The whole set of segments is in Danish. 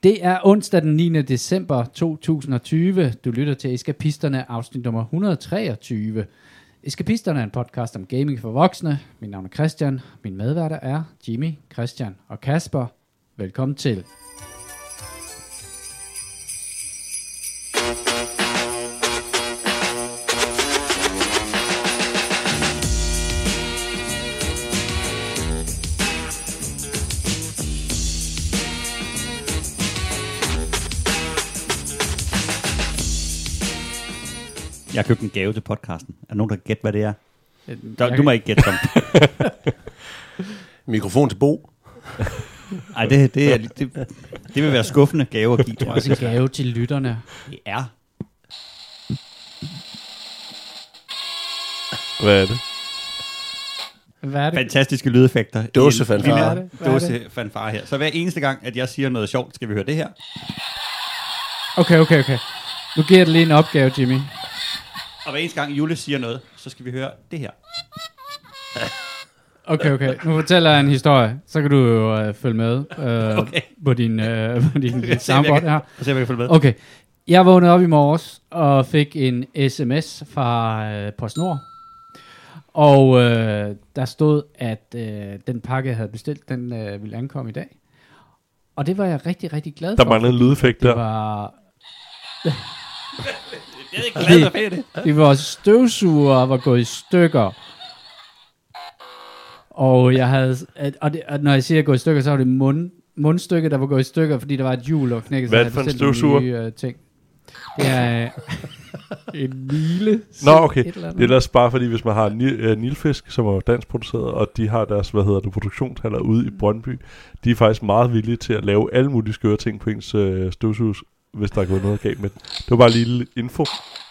Det er onsdag den 9. december 2020. Du lytter til Eskapisterne, afsnit nummer 123. Eskapisterne er en podcast om gaming for voksne. Mit navn er Christian. Mine medværter er Jimmy, Christian og Kasper. Velkommen til. Jeg har købt en gave til podcasten. Er der nogen, der kan gætte, hvad det er? Du må ikke gætte dem. Mikrofon til Bo. Nej, det vil være skuffende gave at give. Det er også en gave til lytterne. Det er. Hvad er det? Hvad er det? Fantastiske lydeffekter. Dåsefanfare. Dåsefanfare her. Så hver eneste gang, at jeg siger noget sjovt, skal vi høre det her. Okay. Nu giver jeg dig lige en opgave, Jimmy. Og hver eneste gang, Jule siger noget, så skal vi høre det her. Okay. Nu fortæller jeg en historie. Så kan du jo følge med på din soundboard her. Så jeg kan følge med. Okay. Jeg vågnede op i morges og fik en sms fra PostNord. Og der stod, at den pakke, jeg havde bestilt, den ville ankomme i dag. Og det var jeg rigtig, rigtig glad for. Der mangler en lydeffekt der. Det var... Jeg er ikke glad for det. Det var støvsuger var gået i stykker. Og jeg havde... Og når jeg siger gået i stykker, så var det mundstykke, der var gået i stykker, fordi der var et hjul og knækket. Hvad er det for en støvsuger? Ting. Det er en Miele. Nå, okay. Det er ellers bare fordi, hvis man har Nilfisk, som er dansk produceret, og de har deres, produktionshaller ude i Brøndby, de er faktisk meget villige til at lave alle mulige skøre ting på ens støvsuger, hvis der er gået noget galt med det. Det var bare lige lille info.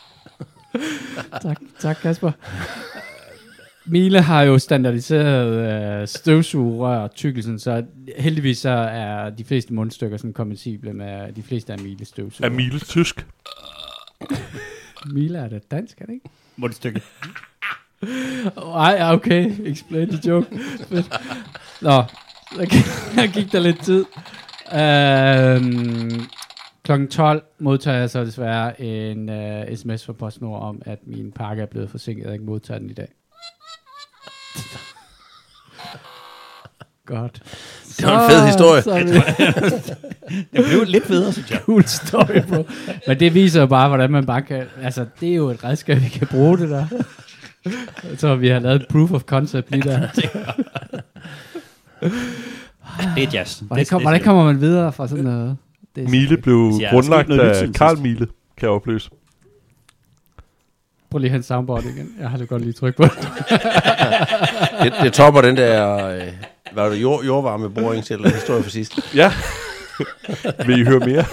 Tak Kasper. Miele har jo standardiseret støvsugerrør tykkelsen, så heldigvis så er de fleste mundstykker sådan kompatible med de fleste af Miele støvsuger. Er Miele tysk? Miele er det dansk, er det ikke? Mundstykke. Ej, okay. Explain the joke. Nå, der gik der lidt tid. Klokken 12 modtager jeg så desværre en sms fra PostNord om, at min pakke er blevet forsinket, og ikke modtager den i dag. Godt. Det var en fed historie. Det blev lidt federe, synes jeg. Cool story, bro. Men det viser jo bare, hvordan man bare kan... Altså, det er jo et redskab, vi kan bruge det der. Så vi har lavet proof of concept lige der. Det er jazz. Hvordan kommer man videre fra sådan noget? Miele blev grundlagt af Carl Miele, kan jeg oplyse. Prøv lige hans soundboard igen. Jeg har det godt lige tryk på det. Det topper den der var det jordvarme boring til historie for sidst. Ja. Vil I høre mere?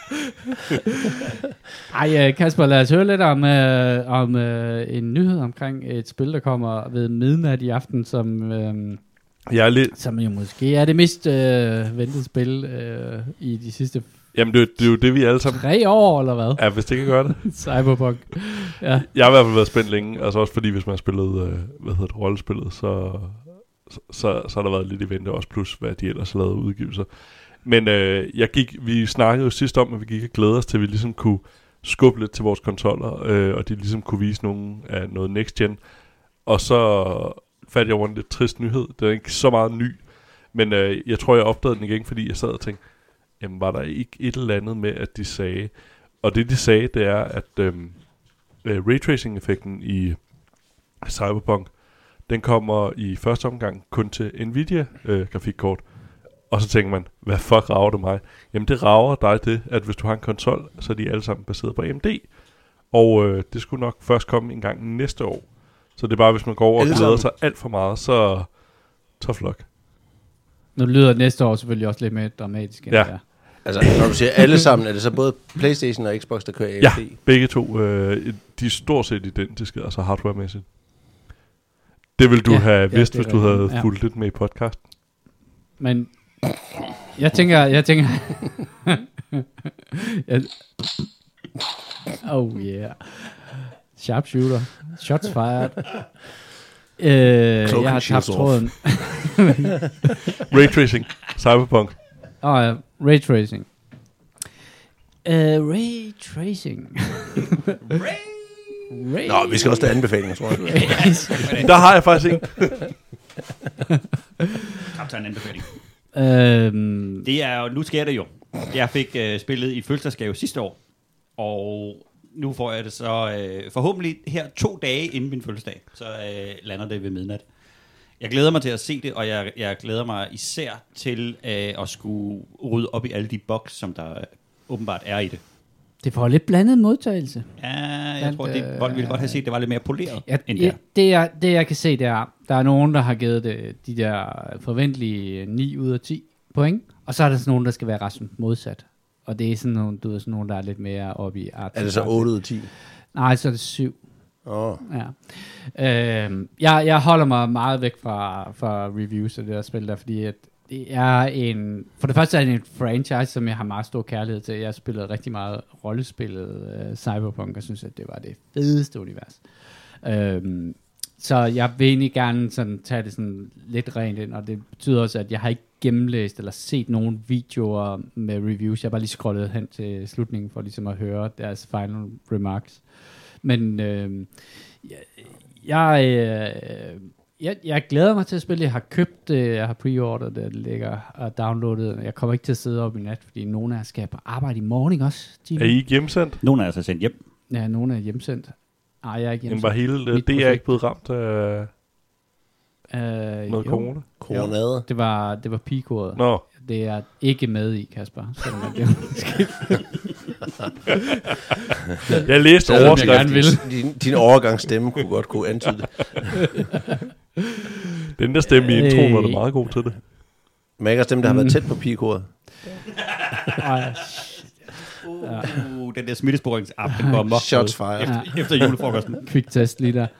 Ej, Kasper, lad os høre lidt om en nyhed omkring et spil, der kommer ved midnat i aften, som jo måske er det mest ventede spil i de sidste... Jamen, det er jo det, vi alle sammen... 3 år, eller hvad? Ja, hvis det kan gøre det. Cyberpunk. Ja. Jeg har i hvert fald været spændt længe, altså også fordi, hvis man har spillet, rollespillet, så har der været lidt i vente, også plus, hvad de ellers har lavet udgivelser. Men vi snakkede jo sidst om, at vi gik og glæde os til, at vi ligesom kunne skubbe lidt til vores konsoller, og de ligesom kunne vise noget next gen. Og så fandt jeg over en lidt trist nyhed. Det er ikke så meget ny, men jeg tror, jeg opdagede den igen, fordi jeg sad og tænkte, jamen var der ikke et eller andet med, at de sagde... Og det de sagde, det er, at raytracing-effekten i Cyberpunk, den kommer i første omgang kun til Nvidia-grafikkort. Og så tænker man, hvad fuck rager det mig? Jamen det rager dig det, at hvis du har en konsol, så er de alle sammen baseret på AMD. Og det skulle nok først komme en gang næste år. Så det er bare, hvis man går over og glæder sig alt for meget, så tough luck. Nu lyder næste år selvfølgelig også lidt mere dramatisk. Ja. Altså, når du siger alle sammen, er det så både PlayStation og Xbox, der kører AMD? Ja, begge to. De er stort set identiske, altså hardware-mæssigt. Det vil du have vidst, hvis du havde fulgt lidt med i podcasten. Men jeg tænker oh yeah. Sharpshooter. Shots fired. Jeg har tabt tråden. Raytracing. Cyberpunk. Ja, Raytracing. Ray Tracing. Ray. Nå, vi skal også have anbefalinger, tror jeg. Der har jeg faktisk ikke. Kom til en anbefaling. Det er jo, nu sker det jo. Jeg fik spillet i fødselsdagsgave sidste år, og nu får jeg det så forhåbentlig her 2 dage inden min fødselsdag, så lander det ved midnat. Jeg glæder mig til at se det, og jeg glæder mig især til at skulle rydde op i alle de bugs, som der åbenbart er i det. Det får lidt blandet modtagelse. Ja, jeg tror, det folk ville godt have set, det var lidt mere poleret end det jeg kan se, det er, der er nogen, der har givet det de der forventelige 9 ud af 10 point, og så er der sådan nogen, der skal være resten modsat. Og det er sådan nogle, sådan nogen, der er lidt mere oppe i art. Er det så 8 ud af 10? Nej, så er det 7. Oh. Ja. Jeg holder mig meget væk fra reviews af det der spil der, fordi at det er for det første er det en franchise, som jeg har meget stor kærlighed til. Jeg har spillet rigtig meget rollespillet Cyberpunk, og synes, at det var det fedeste univers. Så jeg vil egentlig gerne sådan tage det sådan lidt rent ind, og det betyder også, at jeg har ikke gennemlæst eller set nogle videoer med reviews. Jeg har bare lige scrollet hen til slutningen for ligesom at høre deres final remarks. Men jeg glæder mig til at spille. Jeg har købt det, jeg har pre-orderet det, ligger og downloadet. Jeg kommer ikke til at sidde op i nat, fordi nogle af jer skal på arbejde i morgen også. Er I hjemsendt? Nogle af jer er sendt hjem. Ja, nogle er hjemsendt. Nej, jeg er ikke hjemsendt. Men var hele det er ikke blevet ramt af noget corona? Coronade. Det var pigekoret. Nå. Det er ikke med i, Kasper. Selvom det jeg læste overskriften. Din overgangsstemme kunne antyde det. Den der stemme i introen var da meget god til det. Mækker stemme, der har været tæt på pigekoret. Den der smittesporingsapp, den går amok. Shots fired. Efter julefrokosten. Quick test lige der.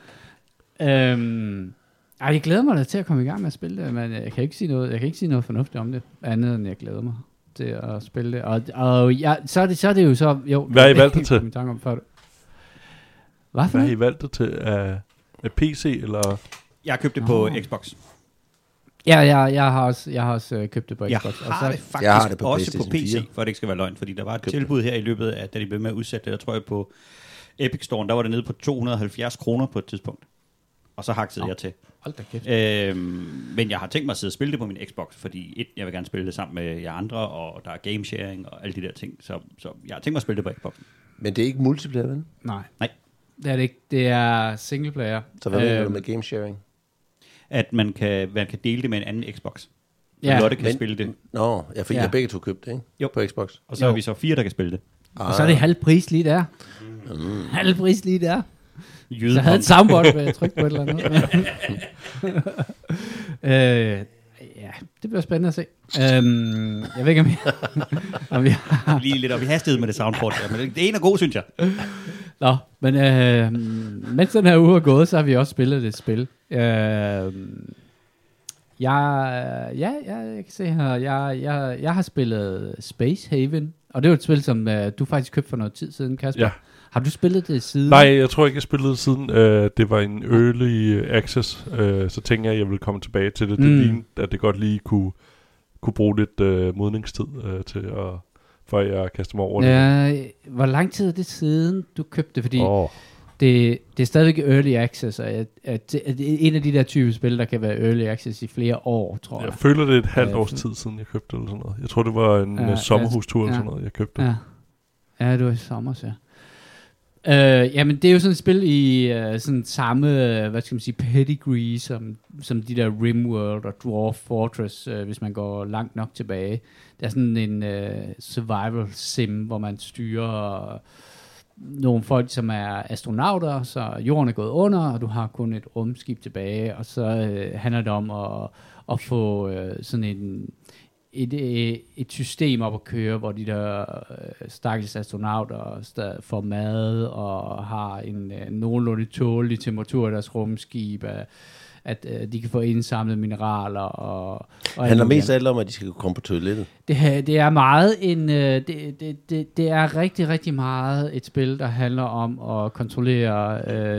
Jeg glæder mig da til at komme i gang med at spille det, men jeg kan ikke sige noget fornuftigt om det, andet end jeg glæder mig til at spille det. Og så er det jo så... Jo, hvad har I valgt det til? Hvad har I valgt det til? Af PC, eller...? Jeg har købt det på Xbox. Ja, jeg har også købt det på Xbox. Jeg har det faktisk også på PC, for at det ikke skal være løgn, fordi der var et tilbud her i løbet af, da de blev med at udsætte det, der tror jeg på Epic Store, der var det nede på 270 kroner på et tidspunkt. Og så hakkede jeg til. Hold da kæft. Men jeg har tænkt mig at sidde og spille det på min Xbox, fordi jeg vil gerne spille det sammen med jer andre, og der er game sharing og alle de der ting. Så jeg har tænkt mig at spille det på Xbox. Men det er ikke multiplayer, vel? Nej. Det er det ikke. Det er single player. Så hvad mener du med game sharing? At man kan dele det med en anden Xbox. Ja. Lotte kan spille det. Nå, jeg fik begge to købt det, ikke? Jo. På Xbox. Og så er vi så 4, der kan spille det. Og så er det halv pris lige der. Halv pris lige der. Jyde så jeg havde et soundboard, hvor jeg trykte på et eller andet. Ja, det bliver spændende at se. Jeg ved ikke, om vi har... Lige lidt op i hastighed med det soundboard der, men det ene er god, synes jeg. Nå, men mens den her uge er gået, så har vi også spillet et spil. Jeg kan se her, jeg har spillet Space Haven, og det er jo et spil, som du faktisk købte for noget tid siden, Kasper. Ja. Har du spillet det siden? Nej, jeg tror ikke, jeg spillede det siden. Det var en early access, så tænker jeg ville komme tilbage til det. Det lignede, at det godt lige kunne bruge lidt modningstid til at, før jeg kaster mig over det. Ja, hvor lang tid er det siden, du købte det? Fordi det er stadigvæk early access, og at en af de der type spil, der kan være early access i flere år, tror jeg. Jeg føler, det er et halvt års tid siden, jeg købte det eller sådan noget. Jeg tror, det var en sommerhustur eller sådan noget, jeg købte det. Ja, det var i sommer, ja. Jamen det er jo sådan et spil i sådan samme, hvad skal man sige, pedigree som de der Rimworld og Dwarf Fortress, hvis man går langt nok tilbage. Det er sådan en survival sim, hvor man styrer nogle folk, som er astronauter, så jorden er gået under, og du har kun et rumskib tilbage, og så handler det om at få sådan et system op at køre, hvor de der stakkels astronauter får mad og har en nogenlunde tålelig temperatur i deres rumskib, at de kan få indsamlet mineraler og handler mest af alt om, at de skal komme på toilettet. Det er meget det er rigtig, rigtig meget et spil, der handler om at kontrollere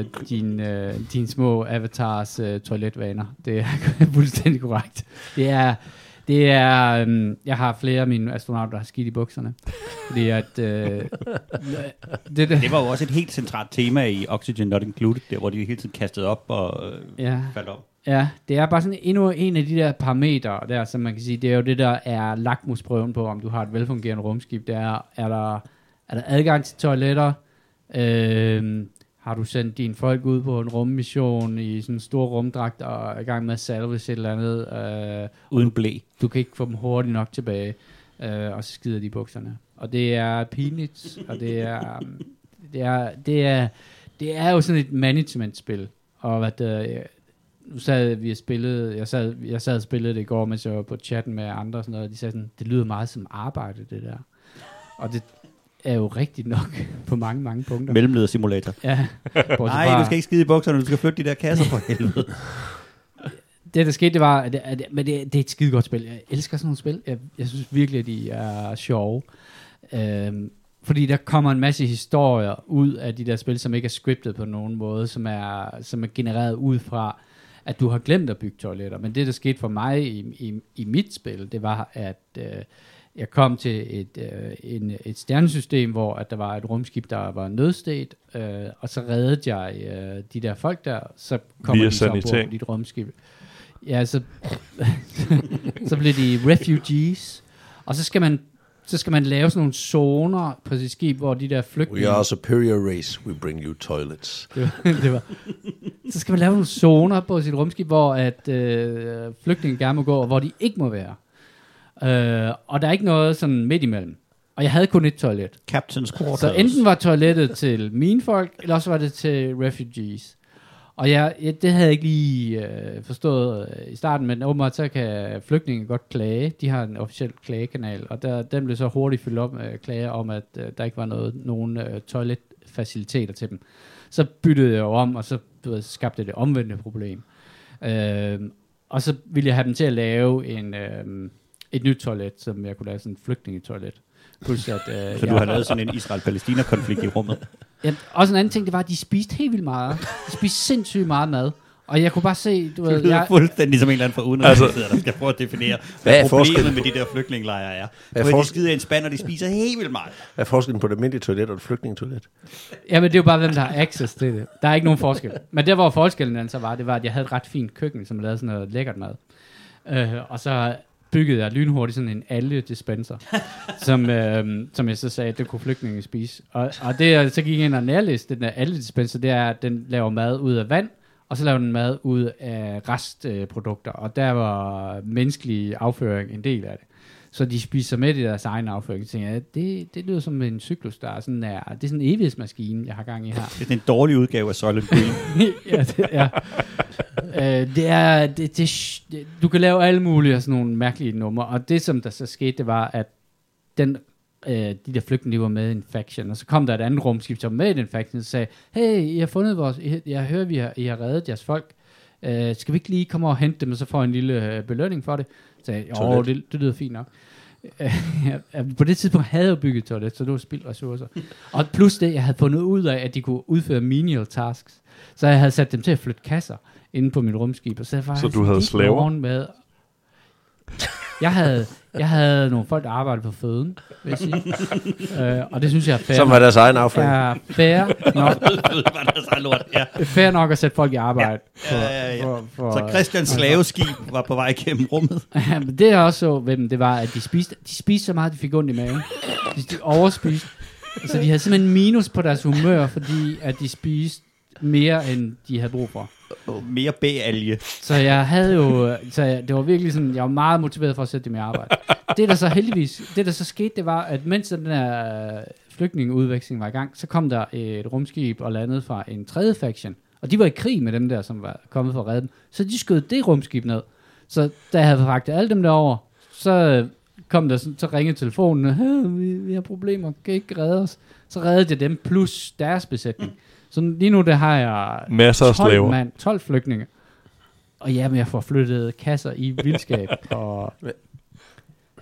dine små avatars toiletvaner. Det er fuldstændig korrekt. Det er, jeg har flere af mine astronauter, der har skidt i bukserne. Fordi at, det var jo også et helt centralt tema i Oxygen Not Included, der hvor de hele tiden kastede op og faldt op. Ja, det er bare sådan endnu en af de der parametre der, som man kan sige, det er jo det, der er lakmusprøven på, om du har et velfungerende rumskib. Det er der adgang til toiletter? Har du sendt dine folk ud på en rummission i sådan en stor rumdragt og er i gang med at salve et eller andet? Uden blæ. Du kan ikke få dem hurtigt nok tilbage, og så skider de i bukserne. Og det er pinligt, og det er jo sådan et managementspil. Og nu sad vi og spillede, jeg sad og spillede det i går, mens jeg var på chatten med andre og sådan noget, og de sagde sådan, det lyder meget som arbejde, det der. Og det er jo rigtigt nok på mange, mange punkter. Mellemledersimulator. Ja. Nej, du skal ikke skide i bukserne, du skal flytte de der kasser for helvede. Det, der skete, det var, men det er et skide godt spil. Jeg elsker sådan nogle spil. Jeg synes virkelig, at de er sjove. Fordi der kommer en masse historier ud af de der spil, som ikke er scriptet på nogen måde, som er genereret ud fra, at du har glemt at bygge toiletter. Men det, der skete for mig i mit spil, det var, at jeg kom til et stjernesystem, hvor at der var et rumskib, der var nødstedt, og så reddede jeg de der folk der, så kommer de så på dit rumskib. Ja, så blev de refugees, og så skal man lave sådan nogle zoner på sit skib, hvor de der flygtninge... We are a superior race, we bring you toilets. det var. Så skal man lave nogle zoner på sit rumskib, hvor at flygtninge gerne må gå, og hvor de ikke må være. Og der er ikke noget sådan midt imellem. Og jeg havde kun et toilet. Captain's quarters. Så enten var toilettet til mine folk, eller også var det til refugees. Og det havde jeg ikke lige forstået i starten, men åbenbart så kan flygtninge godt klage. De har en officiel klagekanal, og den blev så hurtigt fyldt op med klager om, at der ikke var nogen toiletfaciliteter til dem. Så byttede jeg jo om, og så skabte det omvendte problem. Og så ville jeg have dem til at lave et nyt toilet, som jeg kunne lave sådan en flygtningetoilet. Så du har lavet sådan en Israel-Palæstina-konflikt i rummet. Ja, også en anden ting, det var, at de spiste helt vildt meget. De spiste sindssygt meget mad. Og jeg kunne bare se... Du er fuldstændig som en eller anden fra udenrigsministeriet, der skal prøve at definere, hvad problemet med de der flygtningelejre er. Hvor de skider i en spand, og de spiser helt vildt meget. Hvad er forskellen på det almindelige toilet og det flygtningetoilet? Jamen, det er jo bare, hvem der har access til det. Der er ikke nogen forskel. Men der, hvor forskellen altså var, det var, at jeg havde et ret fint køkken, som lavede sådan noget lækkert mad. Og så byggede jeg lynhurtigt sådan en alge-dispenser, som jeg så sagde, at det kunne flygtninge spise. Og det, jeg så gik ind og nærlæste, den der alge-dispenser, det er, at den laver mad ud af vand, og så laver den mad ud af restprodukter, og der var menneskelig afføring en del af det. Så de spiser med i deres egen afføring. Så tænker jeg, det lyder som en cyklus, der er sådan det er sådan en evighedsmaskine, jeg har gang i her. Det er en dårlig udgave af Soylent Green. Du kan lave alle mulige sådan nogle mærkelige numre, og det som der så skete, det var, at de der flygtninge var med i en faction, og så kom der et andet rumskib, som med i den faction, og sagde, hey, I har fundet jeg hører, I har reddet jeres folk. Skal vi ikke lige komme og hente dem, og så få en lille belønning for det? Så det lyder fint nok. På det tidspunkt havde jeg bygget toilet, så det var spildt ressourcer. Og plus det, jeg havde fundet ud af, at de kunne udføre menial tasks. Så jeg havde sat dem til at flytte kasser inde på mit rumskib. Og så du havde slaver? Med. Jeg havde nogle folk, der arbejdede på føden, vil jeg sige. Og det synes jeg er fair. Som var deres egen afføring. Er fair nok at sætte folk i arbejde. Ja. Så Christians slaveskib var på vej gennem rummet. Ja, men det jeg også så ved dem, det var, at de spiste så meget, de fik ondt i maven. De overspiste. Så de havde simpelthen minus på deres humør, fordi at de spiste mere, end de havde brug for. Mere B-alge. Så jeg havde jo... det var virkelig sådan... Jeg var meget motiveret for at sætte dem i arbejde. Det der så skete, det var, at mens den der flygtningeudveksling var i gang, så kom der et rumskib og landede fra en tredje faction. Og de var i krig med dem der, som var kommet for at redde dem. Så de skød det rumskib ned. Så da jeg havde fragtet alle dem derover, så kom der så ringede telefonen. Vi har problemer, kan ikke redde os. Så reddede jeg dem plus deres besætning. Så lige nu, der har jeg masser af slaver. 12 flygtninge. Og jamen, jeg får flyttet kasser i vildskab. Og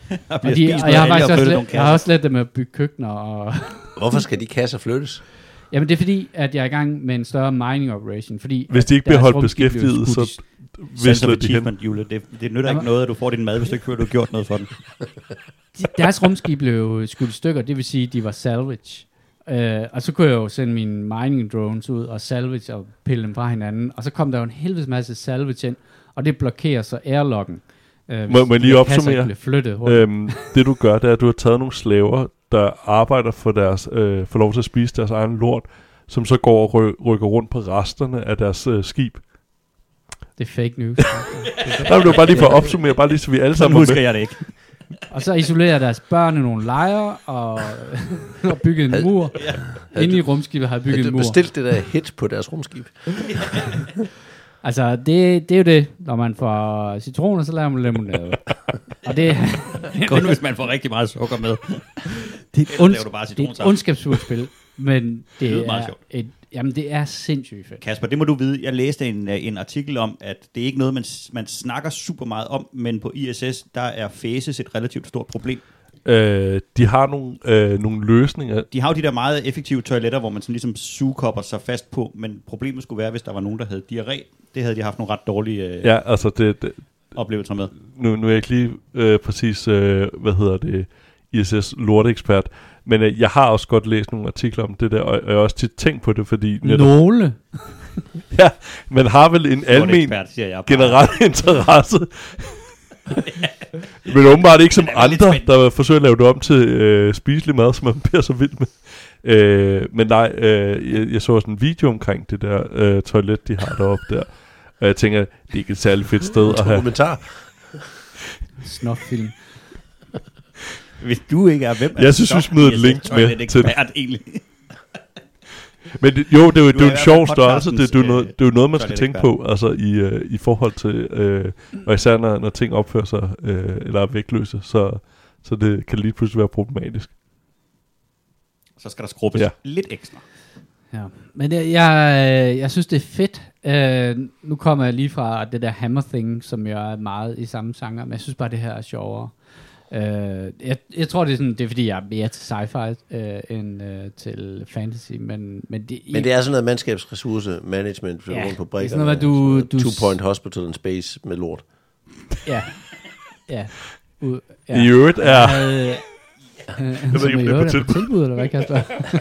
jeg har også let dem at bygge køkkener. Og hvorfor skal de kasser flyttes? Jamen det er fordi, at jeg er i gang med en større mining operation. Fordi hvis de ikke bliver holdt beskæftiget, så visler de hen. Det nytter ikke noget, at du får din mad, hvis du ikke føler, du har gjort noget for den. Deres rumskib blev skudt i stykker, det vil sige, at de var salvage. Og så kunne jeg jo sende mine mining drones ud og salvage og pille dem fra hinanden. Og så kom der jo en helvedes masse salvage ind, og det blokerer så airlocken. Må jeg lige opsummere? Det du gør, det er, at du har taget nogle slaver, der arbejder for lov til at spise deres egen lort, som så går og rykker rundt på resterne af deres skib. Det er fake news. Der vil du bare lige for at opsummere, bare lige så vi alle sammen husker jeg det ikke. Og så isolerer deres børn i nogle lejre og bygget en mur. Inde i rumskibet har jeg bygget en mur. Bestilt det der hit på deres rumskib. Altså, det er jo det. Når man får citroner, så laver man limonade. Og det kun hvis man får rigtig meget sukker med. Det er et ondskabsfuldt spil, men det er sindssygt fedt. Kasper, det må du vide. Jeg læste en artikel om, at det er ikke noget, man snakker super meget om, men på ISS, der er faces et relativt stort problem. De har nogle løsninger. De har jo de der meget effektive toiletter, hvor man sådan ligesom sugekopper sig fast på, men problemet skulle være, hvis der var nogen, der havde diarré. Det havde de haft nogle ret dårlige oplevelser med. Nu er jeg ikke lige præcis, ISS lorteekspert, men jeg har også godt læst nogle artikler om det der, og jeg har også tit tænkt på det, fordi... Nogle? Ja, man har vel en almen generel interesse... Men åbenbart ikke som andre, der forsøger at lave det om til spiselig mad, som man bliver så vild med. Men nej, jeg så sådan en video omkring det der toilet, de har deroppe der. Og jeg tænker, det er ikke et særligt fedt sted at have. Dokumentar. Snoffilm. Hvis du ikke er, hvem er jeg synes, vi smider et link med til egentlig. Men det er jo en sjov størrelse. Det er jo noget, man skal tænke på, altså i forhold til, og især når ting opfører sig, eller er vægtløse, så det kan lige pludselig være problematisk. Så skal der skrubbes lidt ekstra. Ja, men jeg synes, det er fedt. Nu kommer jeg lige fra det der Hammer Thing, som jo er meget i samme genre, men jeg synes bare, det her er sjovere. Jeg tror, det er fordi, jeg er mere til sci-fi end til fantasy, men det er sådan noget mandskabsressource management rundt på brækkerne. Det er sådan noget, du 2-point hospital in space med lort. Ja. I øvrigt er... Jeg ved ikke, om det er på tilbud, eller hvad, Kasper?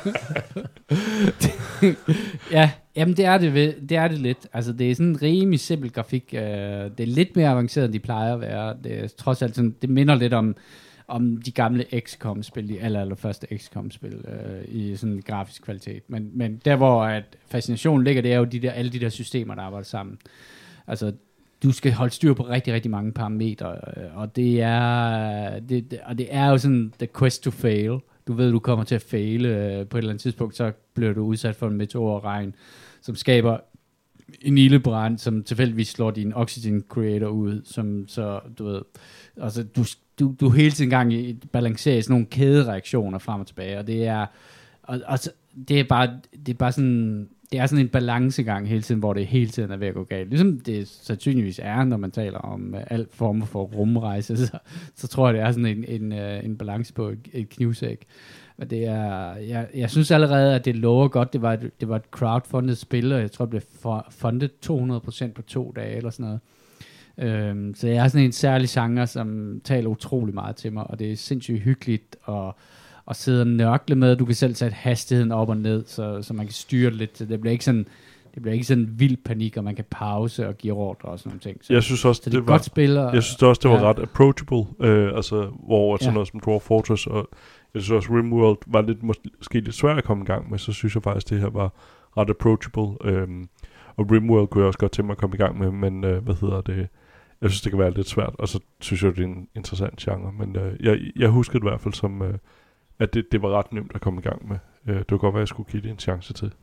Ja, jamen det er det lidt. Altså det er sådan en rimelig simpel grafik. Det er lidt mere avanceret, end de plejer at være. Det er trods alt sådan, det minder lidt om de gamle XCOM-spil, de allerførste XCOM-spil i sådan en grafisk kvalitet. Men der, hvor at fascinationen ligger, det er jo alle de der systemer, der arbejder sammen. Altså du skal holde styr på rigtig, rigtig mange parametre, og det er jo sådan the quest to fail. Du ved, du kommer til at faile på et eller andet tidspunkt, så bliver du udsat for en meteorregn, som skaber en ildebrand, som tilfældigvis slår din oxygen creator ud, som så, du ved, altså du hele tiden gang balancerer i sådan nogle kædereaktioner frem og tilbage, og det er bare sådan, det er sådan en balancegang hele tiden, hvor det hele tiden er ved at gå galt. Ligesom det sandsynligvis er, når man taler om alt former for rumrejse, så tror jeg, det er sådan en balance på et knivsæk. Og det er, jeg synes allerede, at det lover godt. Det var et crowdfundet spil, og jeg tror, det blev fundet 200% på 2 dage, eller sådan noget. Så det er sådan en særlig genre, som taler utrolig meget til mig, og det er sindssygt hyggeligt, og sidde og nørkle med. Du kan selv sætte hastigheden op og ned, så man kan styre det lidt. Det bliver ikke sådan vild panik, og man kan pause og give ordre og sådan nogle ting. Så, jeg synes også, det var godt spil. Jeg synes også, det var ret approachable, altså hvor sådan noget som Dwarf Fortress, og jeg synes også, RimWorld var måske lidt svært at komme i gang med, så synes jeg faktisk, det her var ret approachable. Og RimWorld kunne jeg også godt tænke mig at komme i gang med, men jeg synes, det kan være lidt svært, og så synes jeg, det er en interessant genre, men jeg husker det i hvert fald som... at det var ret nemt at komme i gang med. Det kunne godt være, at jeg skulle give det en chance til.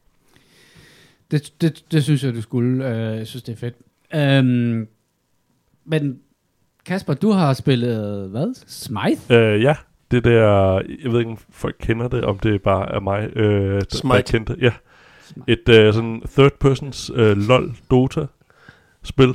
Det synes jeg, du skulle. Jeg synes, det er fedt. Men Kasper, du har spillet, hvad? Smite? Ja, det der, jeg ved ikke, om folk kender det, om det bare er mig, der kendte det. Ja. Smite. Et sådan third persons LOL Dota-spil.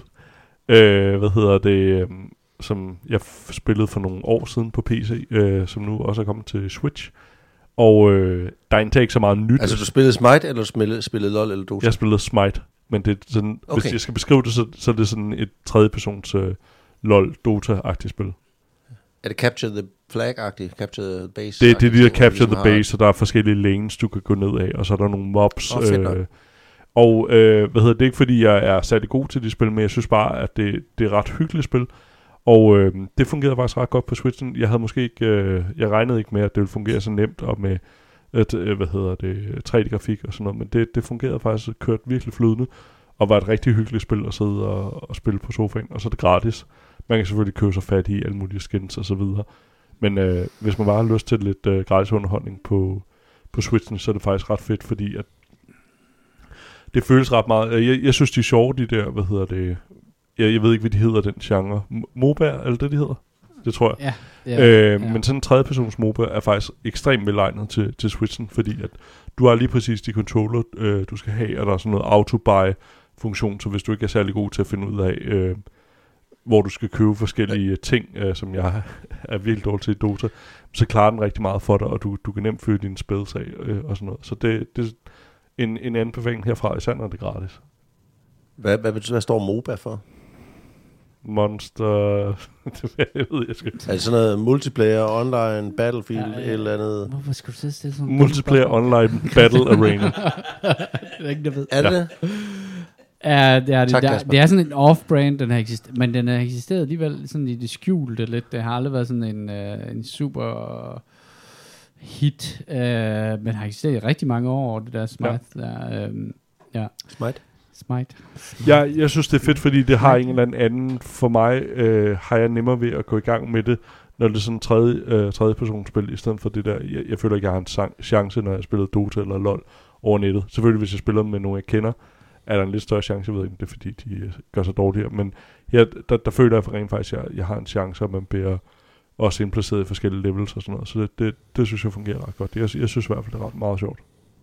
Som jeg spillede for nogle år siden på PC, som nu også er kommet til Switch. Og der er ikke så meget nyt. Altså, du spillede Smite, eller du spillede LoL eller Dota? Jeg spillede Smite, men det er sådan, okay. Hvis jeg skal beskrive det, så er det sådan et tredjepersons LoL-Dota-agtigt spil. Er det Capture the Flag-agtigt? Capture the Base? Det er de der Capture the Base, og der er forskellige lanes, du kan gå ned af, og så er der nogle mobs. Det er ikke fordi, jeg er særlig god til de spil, men jeg synes bare, at det er ret hyggeligt spil. Og det fungerede faktisk ret godt på Switchen. Jeg havde måske ikke, jeg regnede ikke med, at det ville fungere så nemt, og med 3D-grafik og sådan noget, men det fungerede faktisk, kørt virkelig flydende, og var et rigtig hyggeligt spil at sidde og spille på sofaen, og så er det gratis. Man kan selvfølgelig købe sig fat i alle mulige skins og så videre. Men hvis man bare har lyst til lidt gratis underholdning på Switchen, så er det faktisk ret fedt, fordi at det føles ret meget. Jeg synes, de er sjove, de der, jeg ved ikke, hvad de hedder, den genre. MOBA, er det de hedder? Det tror jeg. Ja. Men sådan en tredjepersons MOBA er faktisk ekstremt velegnet til Switchen, fordi at du har lige præcis de controller, du skal have, og der er sådan noget auto-buy-funktion, så hvis du ikke er særlig god til at finde ud af, hvor du skal købe forskellige ting, som jeg er virkelig dårlig til i Dota, så klarer den rigtig meget for dig, og du kan nemt føre dine spils af, og sådan noget. Så det er en anbefaling herfra, især når det er gratis. Hvad står MOBA for? Monster... det ved jeg sgu. Er det sådan noget multiplayer, online, battlefield, eller andet? Hvorfor skulle du stille sådan multiplayer, online, battle arena. Det er ikke, der ved. Er det? Ja, det er sådan en off-brand, den har men den har eksisteret alligevel sådan i det skjulte lidt. Det har aldrig været sådan en super hit, men har eksisteret i rigtig mange år, det der Smite. Smite. Jeg synes, det er fedt, fordi det har en eller anden. For mig har jeg nemmere ved at gå i gang med det, når det er sådan en tredjepersonsspil, i stedet for det der. Jeg føler ikke, jeg har en chance, når jeg spiller Dota eller LoL over nettet. Selvfølgelig, hvis jeg spiller med nogen, jeg kender, er der en lidt større chance. Jeg ved ikke, det er fordi, de gør sig dårligere. Men der føler jeg for rent faktisk, at jeg har en chance, og man bliver også indplaceret i forskellige levels og sådan noget. Så det synes jeg fungerer ret godt. Jeg synes i hvert fald, det er ret meget sjovt.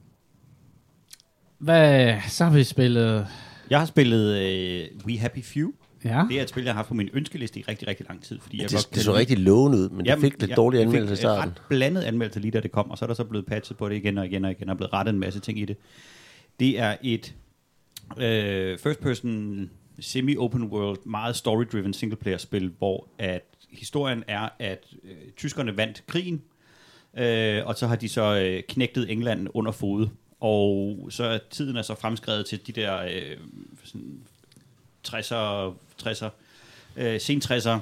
Så har vi spillet... Jeg har spillet We Happy Few. Ja. Det er et spil, jeg har haft på min ønskeliste i rigtig, rigtig lang tid. Fordi det så rigtig lovende ud, men det fik lidt dårlige anmeldelser i starten. Ret blandet anmeldelser lige da det kom, og så er der så blevet patchet på det igen og igen og igen, og blevet rettet en masse ting i det. Det er et first person, semi-open world, meget story-driven singleplayer-spil, hvor at historien er, at tyskerne vandt krigen, og så har de så knægtet England under fod. Og så tiden er så fremskrevet til de der 60'er, sen 60'er,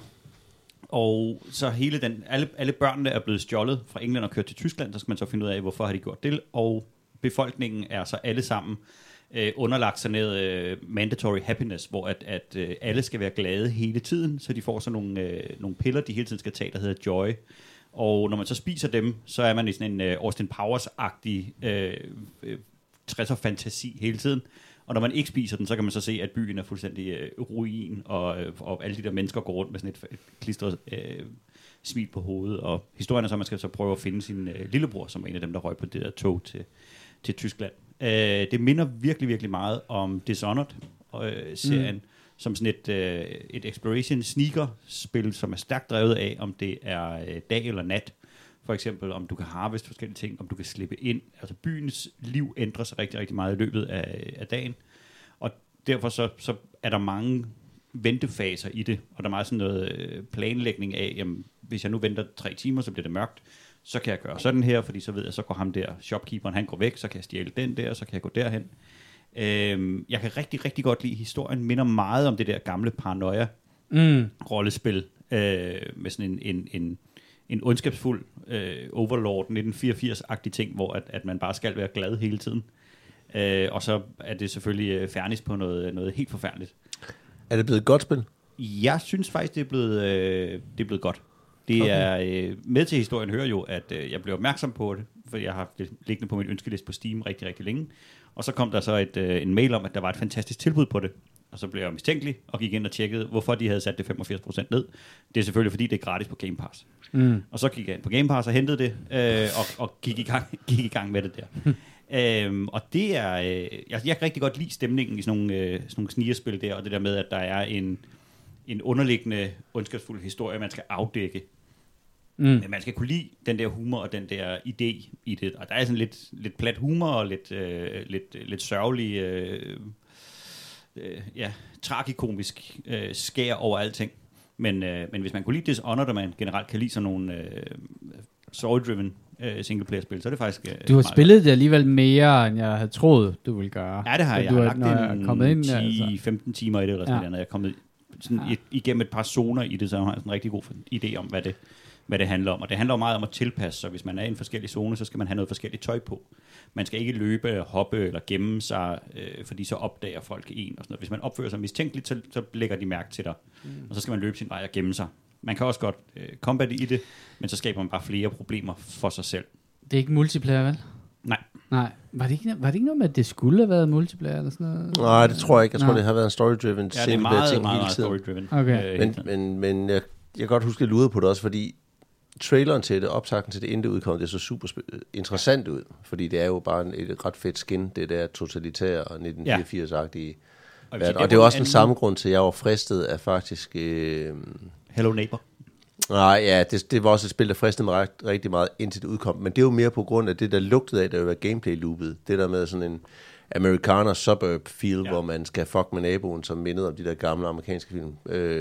og så alle børnene er blevet stjålet fra England og kørt til Tyskland, så skal man så finde ud af, hvorfor har de gjort det, og befolkningen er så alle sammen underlagt sådan noget mandatory happiness, hvor at alle skal være glade hele tiden, så de får så nogle piller, de hele tiden skal tage, der hedder Joy. Og når man så spiser dem, så er man i sådan en Austin Powers-agtig 60'er-fantasi hele tiden. Og når man ikke spiser den, så kan man så se, at byen er fuldstændig ruin, og alle de der mennesker går rundt med sådan et klistret smil på hovedet. Og historien er så, at man skal så prøve at finde sin lillebror, som er en af dem, der røg på det der tog til Tyskland. Det minder virkelig, virkelig meget om Dishonored-serien, som sådan et exploration sneaker-spil, som er stærkt drevet af, om det er dag eller nat. For eksempel, om du kan harveste forskellige ting, om du kan slippe ind. Altså byens liv ændrer sig rigtig, rigtig meget i løbet af dagen. Og derfor så er der mange ventefaser i det, og der er meget sådan noget planlægning af, jamen, hvis jeg nu venter 3 timer, så bliver det mørkt, så kan jeg gøre sådan her, fordi så ved jeg, så går ham der, shopkeeperen, han går væk, så kan jeg stjæle den der, så kan jeg gå derhen. Jeg kan rigtig, rigtig godt lide historien, minder meget om det der gamle paranoia-rollespil, med sådan en ondskabsfuld overlord 1984-agtig ting, hvor at man bare skal være glad hele tiden. Og så er det selvfølgelig fernis på noget helt forfærdeligt. Er det blevet et godt spil? Jeg synes faktisk, det er blevet godt. Det er med til historien hører jo, at jeg blev opmærksom på det, for jeg har haft det liggende på min ønskeliste på Steam rigtig, rigtig længe. Og så kom der så en mail om, at der var et fantastisk tilbud på det. Og så blev jeg mistænkelig og gik ind og tjekkede, hvorfor de havde sat det 85% ned. Det er selvfølgelig, fordi det er gratis på Game Pass. Og så gik jeg ind på Game Pass og hentede det, og gik i gang med det der. Og det er... jeg kan rigtig godt lide stemningen i sådan nogle snigerspil der, og det der med, at der er en underliggende ondskabsfuld historie, man skal afdække. Men man skal kunne lide den der humor og den der idé i det. Og der er sådan lidt plat humor og lidt sørgelig, tragikomisk skær over alting. Men hvis man kunne lide Dishonored, og man generelt kan lide sådan nogle story-driven singleplayer-spil, så er det faktisk... Du har spillet det alligevel mere, end jeg havde troet, du ville gøre. Ja, det har jeg. Jeg har lagt 10-15 timer i det, eller sådan noget. Jeg er kommet igennem et par zoner i det, så jeg har en rigtig god idé om, hvad det handler om. Og det handler jo meget om at tilpasse sig. Hvis man er i en forskellig zone, så skal man have noget forskelligt tøj på. Man skal ikke løbe, hoppe eller gemme sig, fordi så opdager folk en og sådan noget. Hvis man opfører sig mistænkeligt, så lægger de mærke til dig. Og så skal man løbe sin vej og gemme sig. Man kan også godt combat i det, men så skaber man bare flere problemer for sig selv. Det er ikke multiplayer, vel? Nej. Var det ikke noget med, at det skulle have været multiplayer eller sådan noget? Nej, det tror jeg ikke. Jeg tror, det har været en story-driven ting hele tiden. Meget story-driven. Okay. Men jeg kan godt huske, at jeg lurede på det også, fordi traileren til det, optakten til det, inden det udkom, det så super interessant ud. Fordi det er jo bare et ret fedt skin, det der totalitære og 1984-agtige. Og det er også den samme grund til, at jeg var fristet af faktisk... Hello Neighbor. Nej, ja, det var også et spil, der fristede mig rigtig meget, indtil det udkom. Men det er jo mere på grund af det, der lugtede af, der var gameplay-loopet. Det der med sådan en Americana suburb-feel, hvor man skal fuck med naboen, som mindede om de der gamle amerikanske film,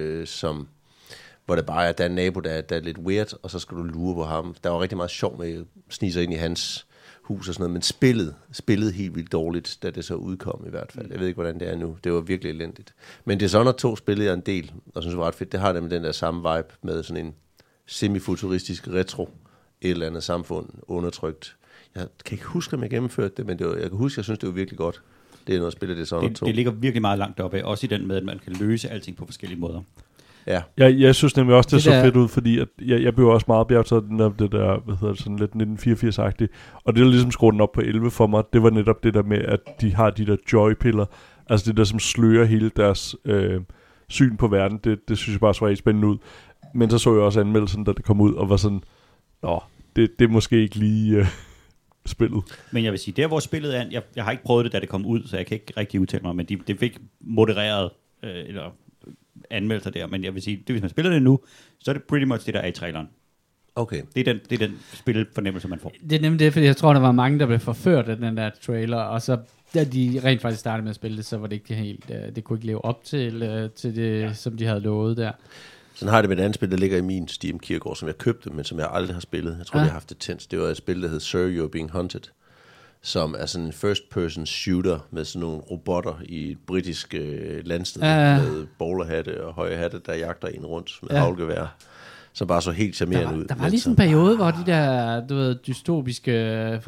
hvor det bare er, der er en nabo, der er lidt weird, og så skal du lure på ham. Der var rigtig meget sjov med at snige sig ind i hans hus og sådan noget, men spillede helt vildt dårligt, da det så udkom i hvert fald. Jeg ved ikke, hvordan det er nu. Det var virkelig elendigt. Men Dishonored 2 spillede jeg en del, og synes det var ret fedt. Det har nemlig den der samme vibe med sådan en semi-futuristisk retro, et eller andet samfund, undertrykt. Jeg kan ikke huske, om jeg gennemførte det, men jeg kan huske, jeg synes, det var virkelig godt. Det er noget at spille Dishonored 2. Det ligger virkelig meget langt oppe, også i den med, at man kan løse alting på forskellige måder. Ja. Jeg synes nemlig også, det så fedt ud, fordi at jeg blev også meget bjergtaget af det der, sådan lidt 1984-agtigt. Og det, der ligesom skruede den op på 11 for mig, det var netop det der med, at de har de der joy-piller. Altså det der, som slører hele deres syn på verden. Det synes jeg bare så rigtig spændende ud. Men så så jeg også anmeldelsen, da det kom ud, og var sådan, det er måske ikke lige spillet. Men jeg vil sige, der hvor spillet er, jeg har ikke prøvet det, da det kom ud, så jeg kan ikke rigtig udtale mig, men det fik modereret, eller anmeldelser der, men jeg vil sige, det, hvis man spiller det nu, så er det pretty much det, der er i traileren. Okay. Det er den spilfornemmelse, man får. Det er nemlig det, fordi jeg tror, der var mange, der blev forført af den der trailer, og så da de rent faktisk startede med at spille det, så var det ikke helt, det kunne ikke leve op til det, som de havde lovet der. Sådan har jeg det med et andet spil, der ligger i min Steam-kirkegård, som jeg købte, men som jeg aldrig har spillet. Jeg tror, jeg har haft det tændt. Det var et spil, der hed Sir, You're Being Hunted, som er sådan en first-person shooter med sådan nogle robotter i et britisk landsted med bowlerhatte og høje hatte, der jagter en rundt med havlgevær, som bare så helt charmerende ud. Der var lige sådan en periode, hvor de der, dystopiske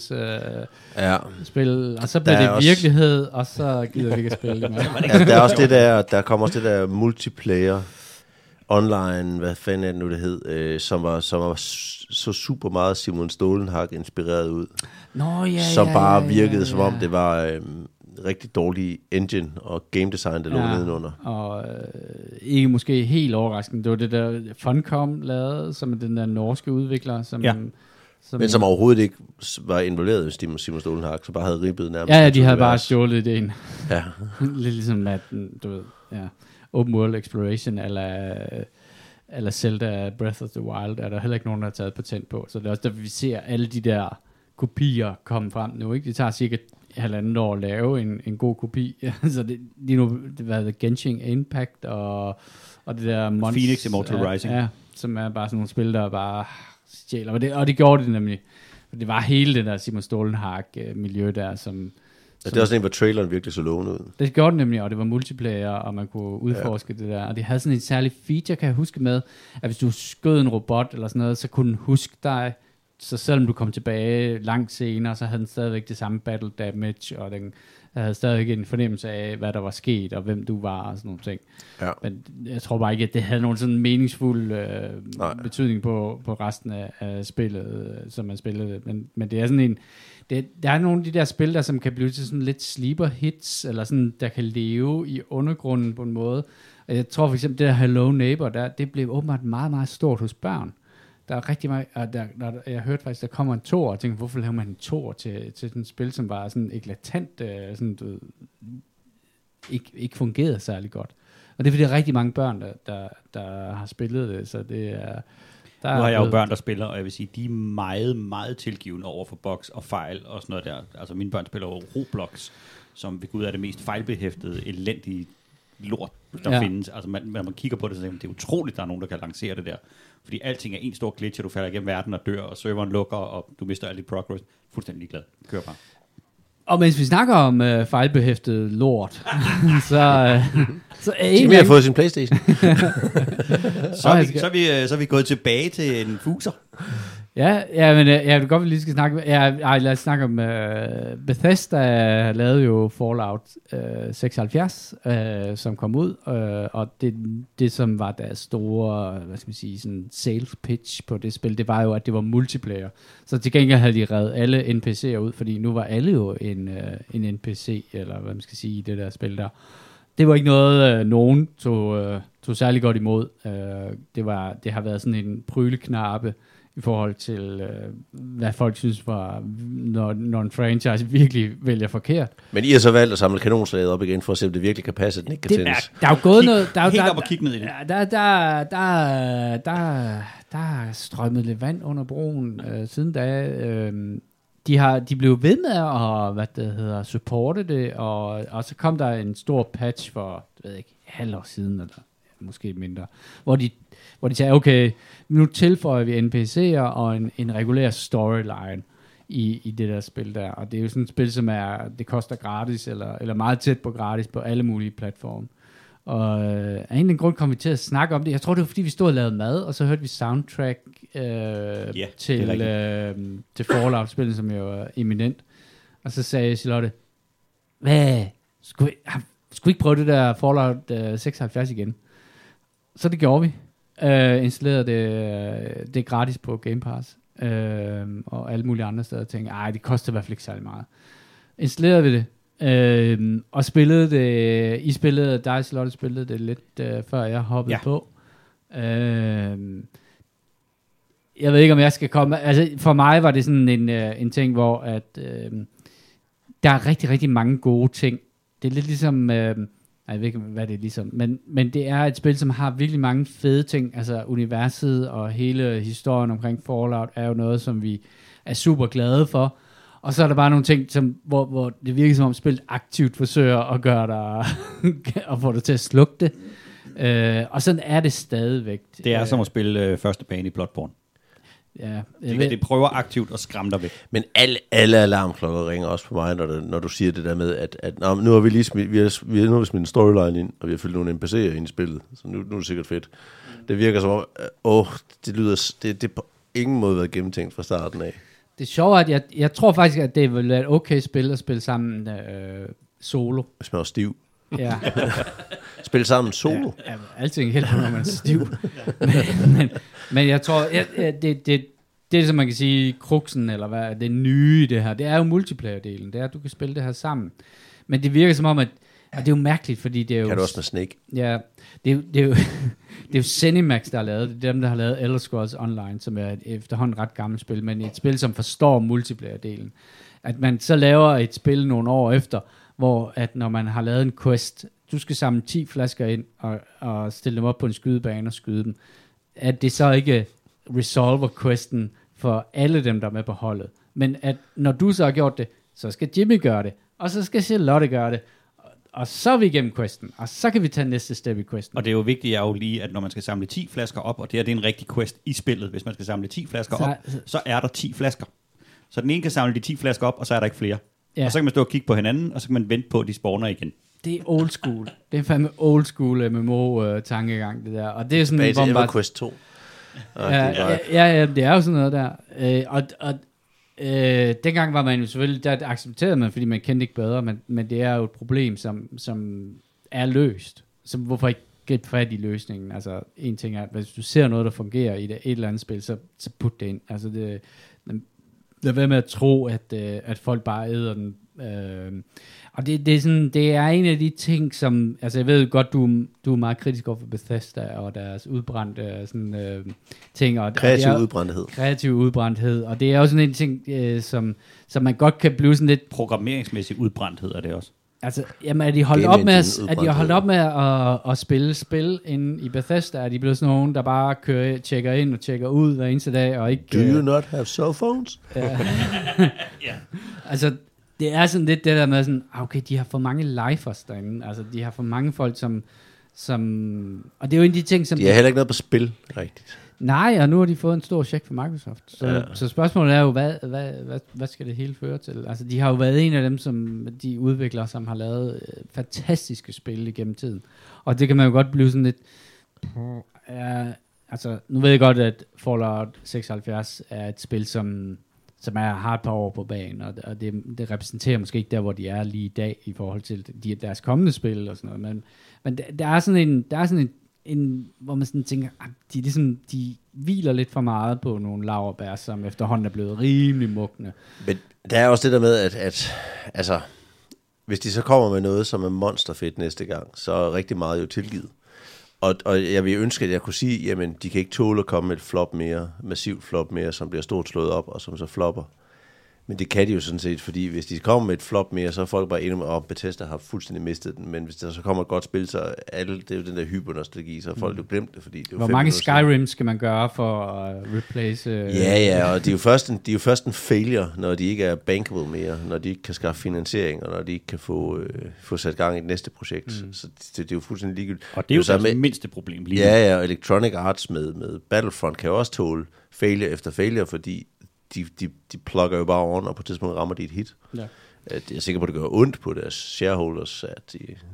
fremtidsspil, og så blev det virkelighed, og så gider vi ikke at spille det mere. Der er også det der kommer også det der multiplayer online, hvad fanden er det nu, det hed, som var så super meget Simon Stålenhag inspireret ud. Som bare virkede, som om det var rigtig dårlig engine og game design, der lå nedenunder. Og ikke måske helt overraskende, det var det der Funcom lavede, som er den der norske udvikler, som... Men som overhovedet ikke var involveret i Simon Stålenhag, så bare havde ribbet nærmest. Ja, de havde bare stjålet ideen. Ja. Lidt ligesom at, du ved, open world exploration, eller Zelda Breath of the Wild, er der heller ikke nogen, der har taget patent på. Så det er også derfor, vi ser alle de der kopier komme frem nu. Ikke? Det tager cirka 1,5 år at lave en god kopi. Så lige nu, det var Genshin Impact, og det der Phoenix Immortal Rising. Ja, som er bare sådan nogle spil, der bare stjæler. Og det gjorde det nemlig. Det var hele det der Simon Stålenhag-miljø der, som... Det er også en, hvor traileren virkelig så lovende ud. Det gjorde det nemlig, og det var multiplayer, og man kunne udforske det der. Og det havde sådan en særlig feature, kan jeg huske med, at hvis du skød en robot eller sådan noget, så kunne den huske dig. Så selvom du kom tilbage langt senere, så havde den stadigvæk det samme battle damage, og den havde stadigvæk en fornemmelse af, hvad der var sket, og hvem du var, og sådan nogle ting. Ja. Men jeg tror bare ikke, at det havde nogen sådan meningsfuld betydning på resten af spillet, som man spillede. Men det er sådan en... Der er nogle af de der spil, der som kan blive til sådan lidt sleeper hits, eller sådan, der kan leve i undergrunden på en måde. Og jeg tror for eksempel, det der Hello Neighbor, det blev åbenbart meget, meget stort hos børn. Der er rigtig meget, jeg hørte faktisk, der kommer en toer, og tænkte, hvorfor laver man en toer til sådan et spil, som var sådan eklatant, sådan, ikke fungerede særlig godt. Og det er fordi, der er rigtig mange børn, der har spillet det, så det er... Nu har jeg jo børn, der spiller, og jeg vil sige, de er meget, meget tilgivende over for bugs og fejl og sådan noget der. Altså mine børn spiller jo Roblox, som ved Gud er det mest fejlbehæftede, elendige lort, der findes. Altså når man kigger på det, så tænker man, det er utroligt, der er nogen, der kan lancere det der. Fordi alting er en stor glitch, og du falder igennem verden og dør, og serveren lukker, og du mister alt dit progress. Fuldstændig ligeglad. Kør bare. Og mens vi snakker om fejlbehæftet lort, så er Jimmy har fået sin PlayStation. så er vi gået tilbage til en fuser. Ja, men jeg vil godt lige skal snakke. Lad os snakke om Bethesda lavede jo Fallout 76, som kom ud, og det som var deres store, hvad skal man sige, sådan sales pitch på det spil, det var jo, at det var multiplayer. Så til gengæld havde de revet alle NPC'er ud, fordi nu var alle jo en NPC, eller hvad man skal sige, i det der spil der. Det var ikke noget, nogen tog særlig godt imod. Det har været sådan en pryleknappe i forhold til, hvad folk synes var, når en franchise virkelig vælger forkert. Men I har så valgt at samle kanonslaget op igen, for at se, om det virkelig kan passe, at den ikke kan tændes. Der er jo gået noget... Helt op og kigge ned i det. Der er strømmet lidt vand under broen siden da. De blev ved med at supporte det, og så kom der en stor patch for, halv år siden, eller måske mindre, hvor de sagde, okay, nu tilføjer vi NPC'er og en regulær storyline i det der spil der. Og det er jo sådan et spil, som det koster gratis, eller meget tæt på gratis på alle mulige platforme. Og af en eller anden grund kom vi til at snakke om det. Jeg tror, det var, fordi vi stod og lavede mad, og så hørte vi soundtrack til Fallout-spillet, som jo er eminent. Og så sagde Charlotte, skulle vi ikke prøve det der Fallout 76 igen? Så det gjorde vi. Installerede det gratis på Game Pass. Og alle mulige andre steder. Tænkte, det koster i hvert fald ikke særlig meget. Installerede vi det. Og spillede det. Charlotte spillede det lidt før jeg hoppede på. Jeg ved ikke, om jeg skal komme. Altså, for mig var det sådan en ting, hvor at, der er rigtig, rigtig mange gode ting. Det er lidt ligesom... jeg ved ikke, hvad det er ligesom, men det er et spil, som har virkelig mange fede ting. Altså universet og hele historien omkring Fallout er jo noget, som vi er super glade for. Og så er der bare nogle ting, hvor det virker som om spillet aktivt forsøger at gøre dig og få dig til at slukke det. Og sådan er det stadigvæk. Det er som at spille første bane i Bloodborne. Ja, det prøver aktivt at skræmme dig væk. Men alle alarmklokker ringer også på mig, når du siger det der med, at nu har vi lige smidt en storyline ind, og vi har fyldt nogle NPC'er ind i spillet, så nu er det sikkert fedt. Det virker som om, det på ingen måde været gennemtænkt fra starten af. Det er sjovt, at jeg tror faktisk, at det vil være et okay spil at spille sammen solo. Hvis man er stiv. Ja. Spille sammen solo. Ja, alting helt når man er stiv. men jeg tror, det som man kan sige, kruksen, eller hvad, det nye i det her, det er jo multiplayer-delen. Det er, at du kan spille det her sammen. Men det virker som om, at det er jo mærkeligt, fordi det er jo... Kan du også med Snake? Ja, det er jo Zenimax, der har lavet det. Det er dem, der har lavet Elder Scrolls Online, som er et efterhånden ret gammelt spil, men et spil, som forstår multiplayer-delen. At man så laver et spil nogle år efter, hvor at når man har lavet en quest, du skal samle 10 flasker ind og stille dem op på en skydebane og skyde dem, at det så ikke resolver questen for alle dem, der er med på holdet. Men at når du så har gjort det, så skal Jimmy gøre det, og så skal Charlotte gøre det, og så er vi igennem questen, og så kan vi tage næste step i questen. Og det er jo vigtigt jo lige, at når man skal samle 10 flasker op, og det er en rigtig quest i spillet, hvis man skal samle 10 flasker op, så er der 10 flasker. Så den ene kan samle de 10 flasker op, og så er der ikke flere. Ja. Og så kan man stå og kigge på hinanden, og så kan man vente på, at de spawner igen. Det er old school. Det er fandme old school MMO-tankegang, det der. Og det er sådan en EverQuest 2. Ja, det er jo sådan noget der. Dengang var man jo selvfølgelig, der accepterede man, fordi man kendte ikke bedre, men det er jo et problem, som er løst. Så hvorfor ikke gribe fat i løsningen? Altså, en ting er, at hvis du ser noget, der fungerer i et eller andet spil, så put det ind. Altså, lad være med at tro, at folk bare æder den. Og det er sådan, det er en af de ting, som, altså jeg ved godt, du er meget kritisk over for Bethesda og deres udbrændte ting. Og kreativ udbrændthed. Og det er også sådan en ting, som man godt kan blive sådan lidt... Programmeringsmæssig udbrændthed er det også. Altså, jamen, er de holdt op med at spille spil inde i Bethesda? Er de blevet sådan nogen, der bare tjekker ind og tjekker ud hver eneste dag, og ikke... Do you not have cell phones? Ja. Altså, det er sådan lidt det der med sådan, okay, de har for mange lifers derinde. Altså, de har for mange folk, som og det er jo en af de ting, som... De har heller ikke noget på spil, rigtigt. Nej, og nu har de fået en stor check fra Microsoft. Så spørgsmålet er jo, hvad skal det hele føre til? Altså, de har jo været en af dem, som de udviklere, som har lavet fantastiske spil igennem tiden. Og det kan man jo godt blive sådan lidt... altså, nu ved jeg godt, at Fallout 76 er et spil, som har et par år på banen, og det repræsenterer måske ikke der, hvor de er lige i dag, i forhold til deres kommende spil og sådan noget. Men der er sådan en hvor man sådan tænker, de hviler lidt for meget på nogle laurbær, som efterhånden er blevet rimelig mugne. Men der er også det der med, at altså, hvis de så kommer med noget, som er monsterfedt næste gang, så er rigtig meget jo tilgivet. Og jeg vil ønske, at jeg kunne sige, jamen, de kan ikke tåle at komme med et flop mere, massivt flop mere, som bliver stort slået op, og som så flopper. Men det kan de jo sådan set, fordi hvis de kommer med et flop mere, så er folk bare endnu med, Bethesda har fuldstændig mistet den. Men hvis der så kommer et godt spil, så det er jo den der hypernostalgi, så har folk jo glemt det. Fordi det er jo hvor mange Skyrim skal man gøre for at replace... Ja, og det er jo først en failure, når de ikke er bankable mere, når de ikke kan skaffe finansiering, og når de ikke kan få sat gang i det næste projekt. Så det er jo fuldstændig ligegyldigt. Og det er jo så det mindste problem lige nu. Ja, og Electronic Arts med Battlefront kan jo også tåle failure efter failure, fordi de plugger jo bare on, og på et tidspunkt rammer de et hit. Ja. Jeg er sikker på, at det gør ondt på deres shareholders. At de...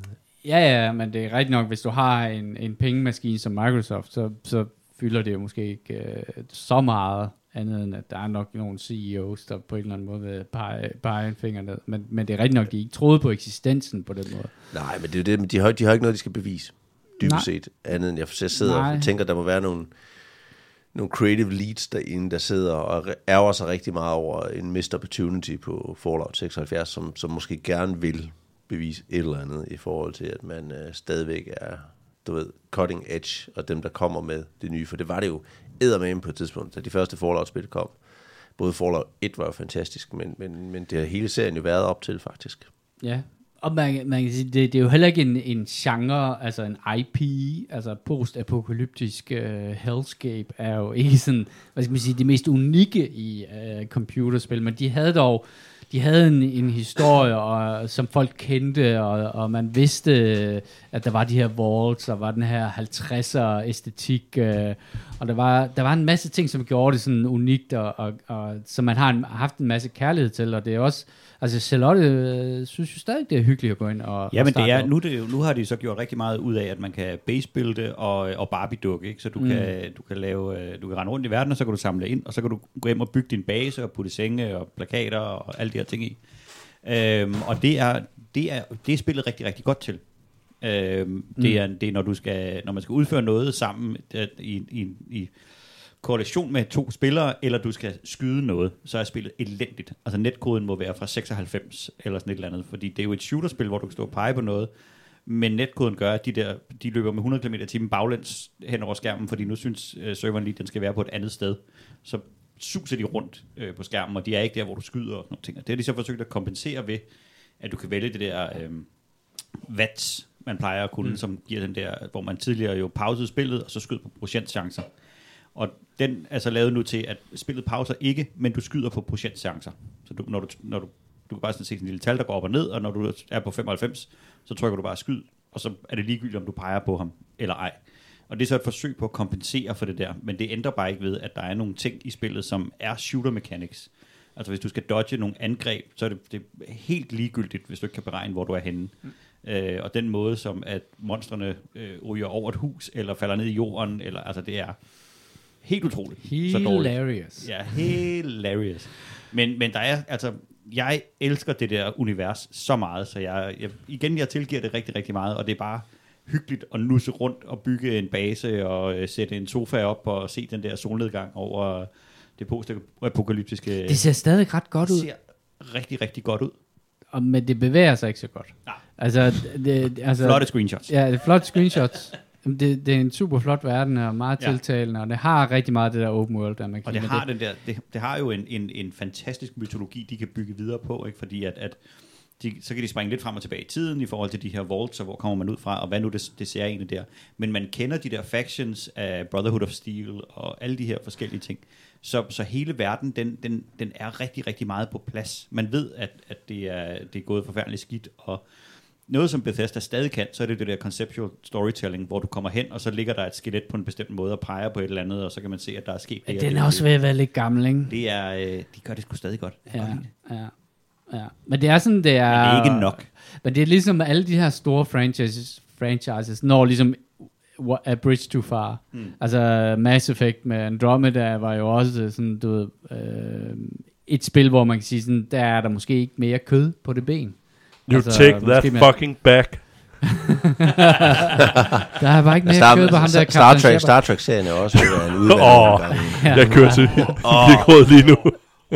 Ja, men det er rigtigt nok, hvis du har en pengemaskine som Microsoft, så fylder det jo måske ikke så meget andet, end at der er nok nogle CEOs, der på en eller anden måde vil pege en finger ned. Men det er rigtigt nok, de ikke troede på eksistensen på den måde. Nej, men det er jo det, de har ikke noget, de skal bevise, dybest set, andet end jeg sidder og tænker, der må være nogle creative leads derinde, der sidder og ærger sig rigtig meget over en missed opportunity på Fallout 76, som måske gerne vil bevise et eller andet i forhold til, at man stadigvæk er, cutting edge, og dem, der kommer med det nye. For det var det jo eddermame på et tidspunkt, da de første Fallout-spil kom. Både Fallout 1 var jo fantastisk, men det har hele serien jo været op til, faktisk. Ja, og man kan sige, det er jo heller ikke en genre, altså en IP, altså post-apokalyptisk hellscape er jo ikke sådan, hvad skal man sige, det mest unikke i computerspil, men de havde en historie, og, som folk kendte, og man vidste, at der var de her vaults, og var den her 50'er æstetik, og der var en masse ting, som gjorde det sådan unikt, og som man har haft en masse kærlighed til, og det er også, altså Charlotte synes jo stadig, det er hyggeligt at gå ind og ja, men det er, nu har de så gjort rigtig meget ud af, at man kan basebuilde og Barbie-dukke, ikke? Så du kan lave, du kan rende rundt i verden, og så kan du samle ind, og så kan du gå hjem og bygge din base, og putte senge og plakater og alle de her ting i. Og det er spillet rigtig, rigtig godt til. Det er når man skal udføre noget sammen i korrelation med 2 spillere, eller du skal skyde noget, så er spillet elendigt. Altså netkoden må være fra 96 eller sådan et eller andet, fordi det er jo et shooterspil, hvor du kan stå og pege på noget, men netkoden gør, at de løber med 100 km/t baglæns hen over skærmen, fordi nu synes serveren lige, den skal være på et andet sted. Så suser de rundt på skærmen, og de er ikke der, hvor du skyder og nogle ting. Det har de så forsøgt at kompensere ved, at du kan vælge det der watts, man plejer at kunne, som giver den der, hvor man tidligere jo pausede spillet, og så skød på procentchancer. Og den er så lavet nu til, at spillet pauser ikke, men du skyder på procentchancer. Så når du kan bare sådan se sådan en lille tal, der går op og ned, og når du er på 95, så trykker du bare skyd, og så er det ligegyldigt, om du peger på ham eller ej. Og det er så et forsøg på at kompensere for det der, men det ændrer bare ikke ved, at der er nogle ting i spillet, som er shooter mechanics. Altså hvis du skal dodge nogle angreb, så er det helt ligegyldigt, hvis du ikke kan beregne, hvor du er henne. Og den måde, som at monstrene ryger over et hus, eller falder ned i jorden, eller altså det er helt utroligt. Hilarious. Ja, hilarious. Men der er, altså, jeg elsker det der univers så meget, så jeg tilgiver det rigtig, rigtig meget, og det er bare hyggeligt at nusse rundt og bygge en base og sætte en sofa op og se den der solnedgang over det post-apokalyptiske. Det ser stadig ret godt ud. Det ser rigtig, rigtig godt ud. Men det bevæger sig ikke så godt. Nej. Altså, flotte screenshots. Ja, det er flotte screenshots. Det er en super flot verden og meget tiltalende, og det har rigtig meget det der open world, der man kan. Og det har jo en fantastisk mytologi, de kan bygge videre på, ikke? Fordi at så kan de springe lidt frem og tilbage i tiden i forhold til de her vaults, og hvor kommer man ud fra, og hvad nu det ser egentlig der. Men man kender de der factions af Brotherhood of Steel og alle de her forskellige ting. Så hele verden, den er rigtig, rigtig meget på plads. Man ved, at det er gået forfærdeligt skidt, og noget som Bethesda stadig kan, så er det der conceptual storytelling, hvor du kommer hen, og så ligger der et skelet på en bestemt måde og peger på et eller andet, og så kan man se, at der er sket det. Den er også ved at være lidt gammel, ikke? De gør det sgu stadig godt. Ja. Men det er sådan, det er... Men det er ikke nok. Men det er ligesom alle de her store franchises når ligesom A Bridge Too Far. Altså Mass Effect med Andromeda var jo også sådan, du ved, et spil, hvor man kan sige sådan, der er der måske ikke mere kød på det ben. You take that fucking back. Der er bare ikke mere kød på ham der. Star Trek-serien er også en udvalg. Jeg kører til virkråd lige nu.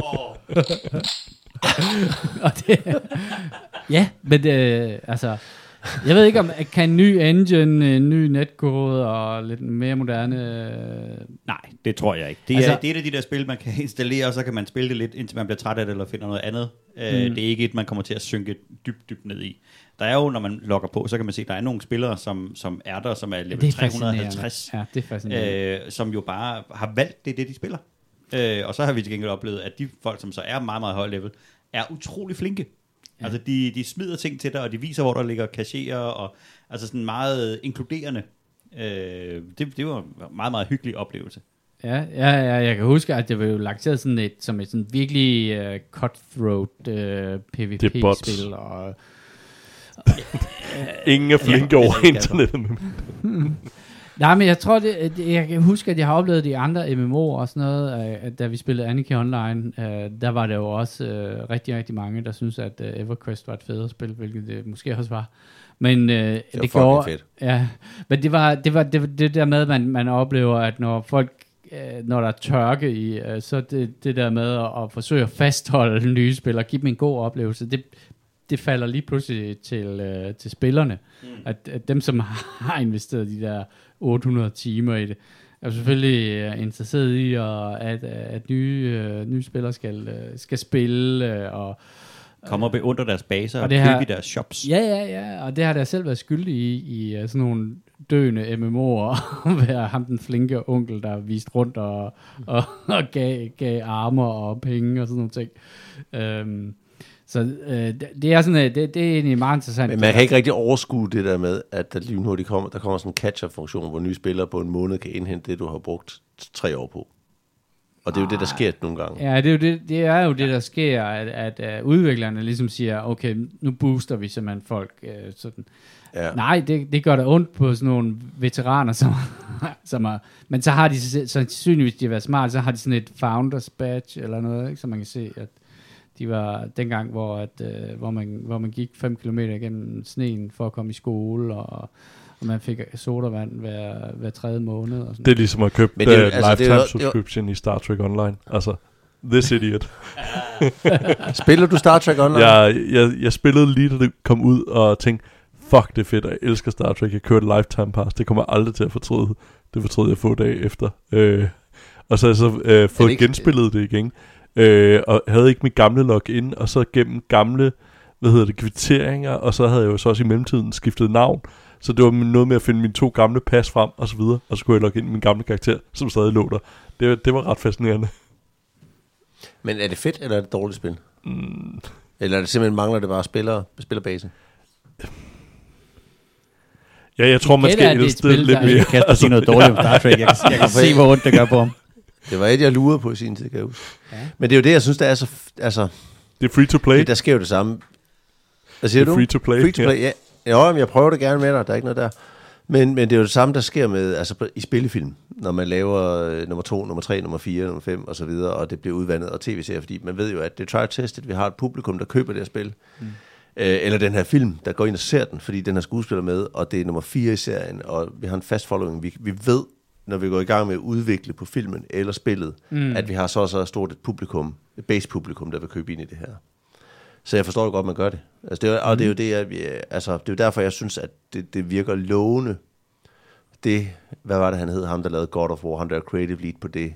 Og det, ja, men altså, jeg ved ikke om kan en ny engine, en ny netkode og lidt mere moderne. Nej, det tror jeg ikke. Det er et af de der spil, man kan installere, og så kan man spille det lidt, indtil man bliver træt af det eller finder noget andet. Det er ikke et, man kommer til at synke dybt ned i. Der er jo, når man logger på, så kan man se, at der er nogle spillere, som er der, som er level 350, ja, det er fascinerende. som jo bare har valgt det, de spiller. Og så har vi til gengæld oplevet, at de folk, som så er meget, meget høj level, er utrolig flinke. Ja. Altså, de smider ting til dig, og de viser, hvor der ligger cacherer, og altså sådan meget inkluderende. Det var en meget, meget hyggelig oplevelse. Ja, jeg kan huske, at det var jo lanceret sådan som et sådan virkelig cutthroat PvP-spil. Og ingen er flinke over internettet. Nej, men jeg tror, jeg kan huske, at jeg har oplevet de andre MMO'er og sådan noget, da vi spillede Anarchy Online, der var der jo også rigtig, rigtig mange, der synes at EverQuest var et federe spil, hvilket det måske også var. Men det var fedt. Ja, men det var det der med, at man oplever, at når folk, når der er tørke i, så det der med at forsøge at fastholde nye spillere, give dem en god oplevelse, det falder lige pludselig til spillerne. At dem, som har investeret de der 800 timer i det, er selvfølgelig interesseret i, at nye spillere skal spille og komme og beundre deres baser og købe i deres shops. Ja, og det har der selv været skyldig i sådan nogle døende MMO'er, at være ham den flinke onkel, der viste rundt og gav armer og penge og sådan nogle ting. Så det er sådan, det er egentlig meget interessant. Men man kan ikke rigtig overskue det der med, at der lynhurtigt kommer sådan en catch-up-funktion, hvor nye spillere på en måned kan indhente det, du har brugt 3 år på. Og det er jo det, der sker nogle gange. Ja, det er jo det, der sker, at udviklerne ligesom siger, okay, nu booster vi simpelthen folk sådan. Ja. Nej, det gør da ondt på sådan nogle veteraner, som er, men så har de sandsynligvis, de har været smart, så har de sådan et founders badge eller noget, ikke? Så man kan se, at de var dengang, hvor man gik 5 kilometer gennem sneen for at komme i skole, og man fik sodavand hver 3. måned. Og sådan. Det er ligesom at købe lifetime subscription i Star Trek Online. Altså, this idiot. Spiller du Star Trek Online? Jeg spillede lige, da det kom ud, og tænkte, fuck, det er fedt, jeg elsker Star Trek. Jeg kørte lifetime pass, det kommer jeg aldrig til at fortryde. Det fortrød jeg få dage efter. Og så har jeg så fået genspillet det igen. Og havde ikke mit gamle login, og så gennem gamle, kvitteringer, og så havde jeg jo så også i mellemtiden skiftet navn, så det var noget med at finde mine 2 gamle pas frem, og så videre, og så kunne jeg logge ind min gamle karakter, som stadig lå der. Det var ret fascinerende. Men er det fedt, eller er det dårligt spil? Eller er det simpelthen mangler det bare spillerbasen? Ja, jeg tror, man skal elske det lidt mere. Jeg kan sige noget dårligt om Star Trek. Jeg kan se, hvor ondt det gør på ham. Det var et, jeg lurede på i sin tid, kan jeg huske. Ja. Men det er jo det, jeg synes, der er så... Altså, det er free to play. Der sker jo det samme. Hvad siger du? Free to play. Free to play, ja. Jo, men jeg prøver det gerne med dig. Der er ikke noget der. Men det er jo det samme, der sker med, altså, i spillefilm. Når man laver nummer 2, nummer 3, nummer 4, nummer 5 og så videre, og det bliver udvandet og tv-serier, fordi man ved jo, at det er trial-testet. Vi har et publikum, der køber det her spil. Eller den her film, der går ind og ser den, fordi den har skuespiller med, og det er nummer 4 i serien, og vi har en fast following. Vi ved, når vi går i gang med at udvikle på filmen eller spillet, at vi har så stort et publikum, et base-publikum, der vil købe ind i det her. Så jeg forstår jo godt, man gør det. Altså, det er jo det, det er jo derfor, jeg synes, at det virker lovende. Hvad var det, han hed? Ham, der lavede God of War, ham der er creative lead på det.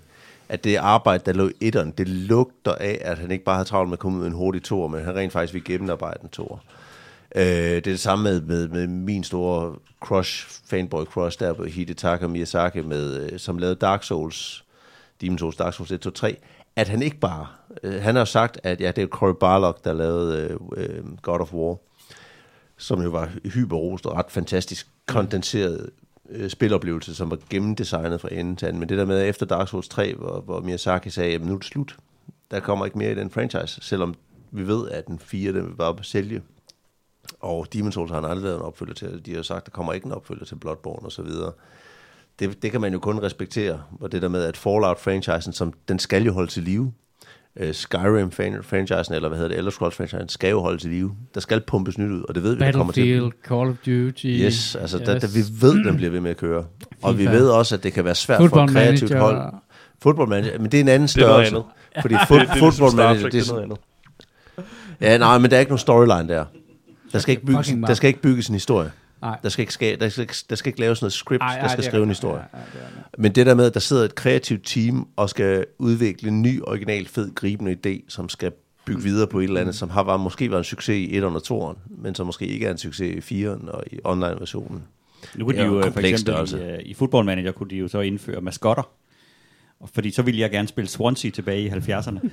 at det arbejde, der lå i 1'eren, det lugter af, at han ikke bare har travlt med at komme ud med en hurtig toer, men han rent faktisk vil gennemarbejde en toer. Det er det samme med min store fanboy crush, der på Hidetaka Miyazaki, som lavede Demon's Souls, Dark Souls 1, 2, 3, at han ikke bare... han har jo sagt, at det er Cory Barlog, der lavede God of War, som jo var hyperrost og ret fantastisk kondenseret spiloplevelse, som var gennemdesignet fra ende til anden. Men det der med efter Dark Souls 3, hvor Miyazaki sagde, jamen nu er det slut. Der kommer ikke mere i den franchise, selvom vi ved, at den 4, den vil bare sælge. Og Demon's Souls har han aldrig lavet en opfølger til. De har jo sagt, at der kommer ikke en opfølger til Bloodborne og så videre. Det kan man jo kun respektere. Og det der med, at Fallout-franchisen, som den skal jo holde til live. Skyrim-franchisen, eller hvad hedder det, Elder Scrolls-franchisen, skal jo holde til live. Der skal pumpes nyt ud, og det ved vi, der kommer til. Battlefield, Call of Duty. Yes, altså vi ved, den bliver ved med at køre. Og vi ved også, at det kan være svært for et kreativt hold. Football Manager, men det er en anden størrelse. Fordi Football Manager, det er noget andet. Ja, nej, men der er ikke nogen storyline der. Der skal ikke bygges en historie. Der skal ikke laves noget script, der skal skrive en historie. Men det der med, at der sidder et kreativt team og skal udvikle en ny, original, fed, gribende idé, som skal bygge videre på et eller andet, som måske været en succes i 1'eren og 2'eren, men som måske ikke er en succes i 4'eren og i online-versionen. Nu kunne de jo for eksempel i Football Manager kunne de jo så indføre maskotter. Fordi så ville jeg gerne spille Swansea tilbage i 70'erne.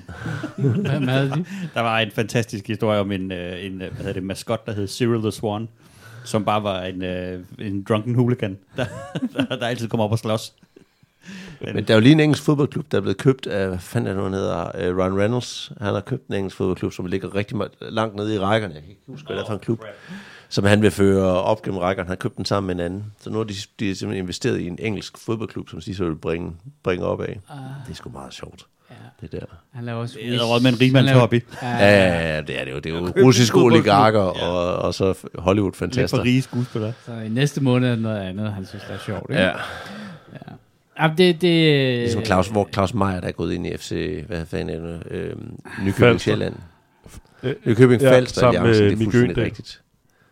Der var en fantastisk historie om en maskot, der hed Cyril the Swan, som bare var en drunken hooligan, der altid kom op og slås. Men der er jo lige en engelsk fodboldklub, der er blevet købt af, hvad fanden er det, han hedder, Ryan Reynolds. Han har købt en engelsk fodboldklub, som ligger rigtig langt nede i rækkerne. Jeg kan ikke huske, hvad det er for en klub, som han vil føre op gennem rækkerne. Han har købt den sammen med en anden. Så nu har de simpelthen investeret i en engelsk fodboldklub, som de så vil bringe op af. Det er sgu meget sjovt. Ja. Det der. Han laver også med en rigmands hobby. Ja, det er det jo. Det er jo russiske oligarker og så Hollywood-fantaster. Lidt for rige skuespillere. Så i næste måned er noget andet, han synes, det er sjovt. Ikke? Ja. Det ligesom Claus Meier, der er gået ind i FC, hvad fanden er det, Nykøbing Sjælland. Nykøbing Falster, det er fuldstændig rigtigt.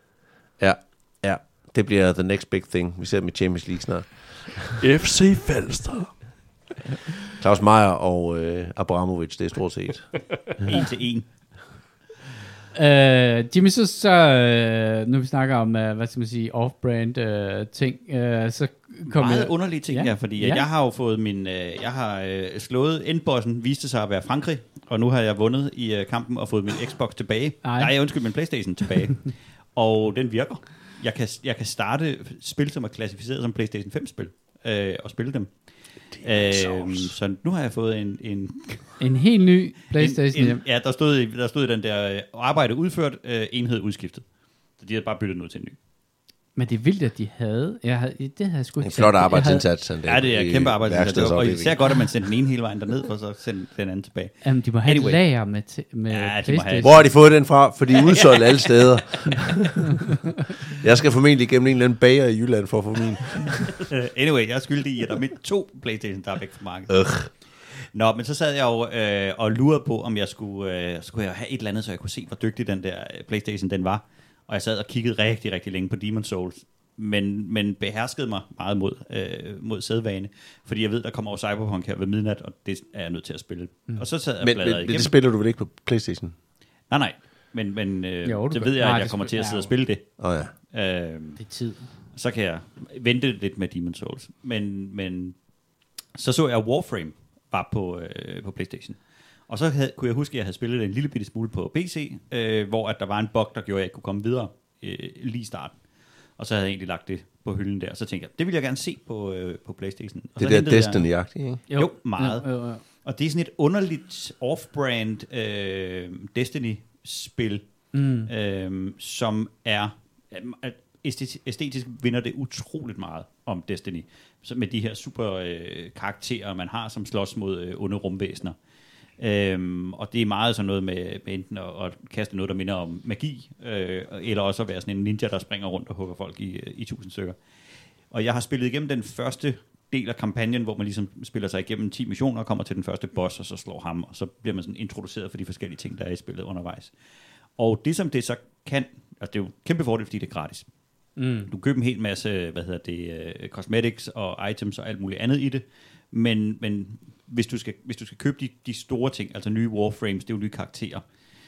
Ja. Det bliver the next big thing. Vi ser dem i Champions League snart. FC Falster. Claus Meier og Abramovic, det er stort set 1-1. Jimmy, så nu vi snakker om, hvad skal man sige, off-brand ting, så kommer meget underlige ting her, fordi jeg har jo fået jeg har slået endbossen, viste sig at være Frankrig, og nu har jeg vundet i kampen og fået min Xbox tilbage. Min PlayStation tilbage. Og den virker. Jeg kan starte spil, som er klassificeret som PlayStation 5-spil, og spille dem. Så nu har jeg fået en helt ny PlayStation. Ja, der stod den der arbejde udført, enhed udskiftet. Så de havde bare byttet noget til en ny. Men det er vildt, at de havde. Det havde jeg sgu ikke. En flot arbejdsindsats. Ja, det er en kæmpe arbejdsindsats. Og især godt, at man sendte den ene hele vejen derned, og så sendte den anden tilbage. Jamen, de må have et lager med PlayStation. Hvor har de fået den fra? For de er udsolgt alle steder. Jeg skal formentlig igennem en eller anden bager i Jylland for at få min. Anyway, jeg er skyldig i, at der er 2 PlayStation, der er væk fra markedet. Nå, men så sad jeg jo og lurede på, om jeg skulle have et eller andet, så jeg kunne se, hvor dygtig den der PlayStation den var. Og jeg sad og kiggede rigtig, rigtig længe på Demon's Souls, men beherskede mig meget mod sædvane, fordi jeg ved, der kommer over Cyberpunk her ved midnat, og det er jeg nødt til at spille. Og så sad jeg og bladrede igennem. Men det spiller du vel ikke på PlayStation? Nej. Men så ved jeg, at jeg kommer til at sidde og spille det. Det er tid. Så kan jeg vente lidt med Demon's Souls. Men så jeg Warframe var på PlayStation. Og så kunne jeg huske, at jeg havde spillet en lille bitte smule på PC, hvor at der var en bug, der gjorde, at jeg ikke kunne komme videre lige i starten. Og så havde jeg egentlig lagt det på hylden der. Så tænkte jeg, det vil jeg gerne se på PlayStation. Og det der Destiny-agtigt, ikke? Jo, meget. Jo. Og det er sådan et underligt off-brand Destiny-spil, som er... æstetisk vinder det utroligt meget om Destiny. Så med de her super karakterer, man har, som slås mod onde rumvæsener. Og det er meget sådan noget med enten at kaste noget, der minder om magi, eller også at være sådan en ninja, der springer rundt og hugger folk i 1000 stykker. Og jeg har spillet igennem den første del af kampagnen, hvor man ligesom spiller sig igennem 10 missioner, og kommer til den første boss, og så slår ham, og så bliver man sådan introduceret for de forskellige ting, der er i spillet undervejs. Og det som det så kan, altså det er jo kæmpe fordel, fordi det er gratis. Du køber en hel masse, cosmetics og items og alt muligt andet i det, men hvis du skal købe de store ting, altså nye warframes, det er jo nye karakterer,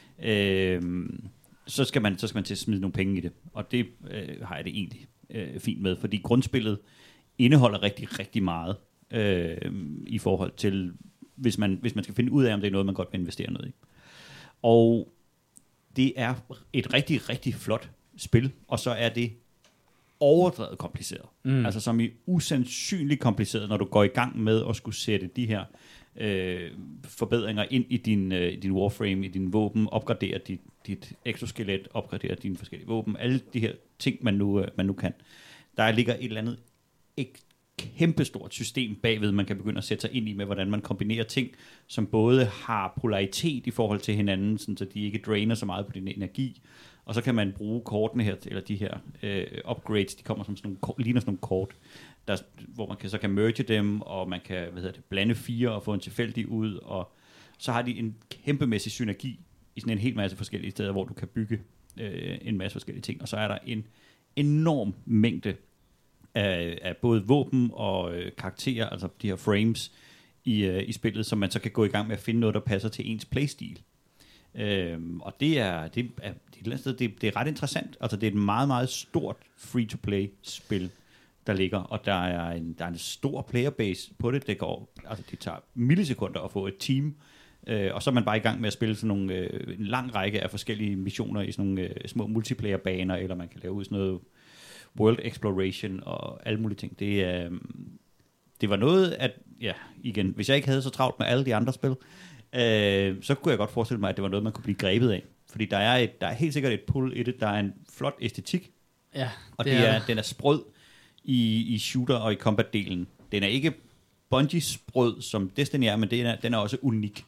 så skal man til at smide nogle penge i det, og det har jeg det egentlig fint med, fordi grundspillet indeholder rigtig, rigtig meget i forhold til, hvis man skal finde ud af, om det er noget, man godt vil investere noget i. Og det er et rigtig, rigtig flot spil, og så er det overdrevet kompliceret. Altså som i usandsynligt kompliceret, når du går i gang med at skulle sætte de her forbedringer ind i din warframe, i din våben, opgradere dit exoskelet, opgradere dine forskellige våben, alle de her ting, man nu kan. Der ligger et eller andet kæmpestort system bagved, man kan begynde at sætte sig ind i med, hvordan man kombinerer ting, som både har polaritet i forhold til hinanden, så de ikke drainer så meget på din energi, og så kan man bruge kortene her, eller de her upgrades, de kommer som sådan nogle, ligner sådan nogle kort, hvor man så kan merge dem, og man kan blande 4 og få en tilfældig ud, og så har de en kæmpemæssig synergi i sådan en hel masse forskellige steder, hvor du kan bygge en masse forskellige ting, og så er der en enorm mængde af både våben og karakterer, altså de her frames i spillet, som man så kan gå i gang med at finde noget, der passer til ens playstil. Og det er ret interessant. Altså det er et meget, meget stort free-to-play spil, der ligger, og der er en stor playerbase på det. Det tager millisekunder at få et team, og så er man bare i gang med at spille sådan nogle, en lang række af forskellige missioner i sådan nogle små multiplayer-baner, eller man kan lave ud sådan noget World Exploration og alle mulige ting. Det var noget, at igen, hvis jeg ikke havde så travlt med alle de andre spil, så kunne jeg godt forestille mig, at det var noget, man kunne blive grebet af. Fordi der er helt sikkert et pull i det. Der er en flot æstetik, og den er sprød i shooter og i combat-delen. Den er ikke Bungie-sprød, som Destiny er, men den er også unik.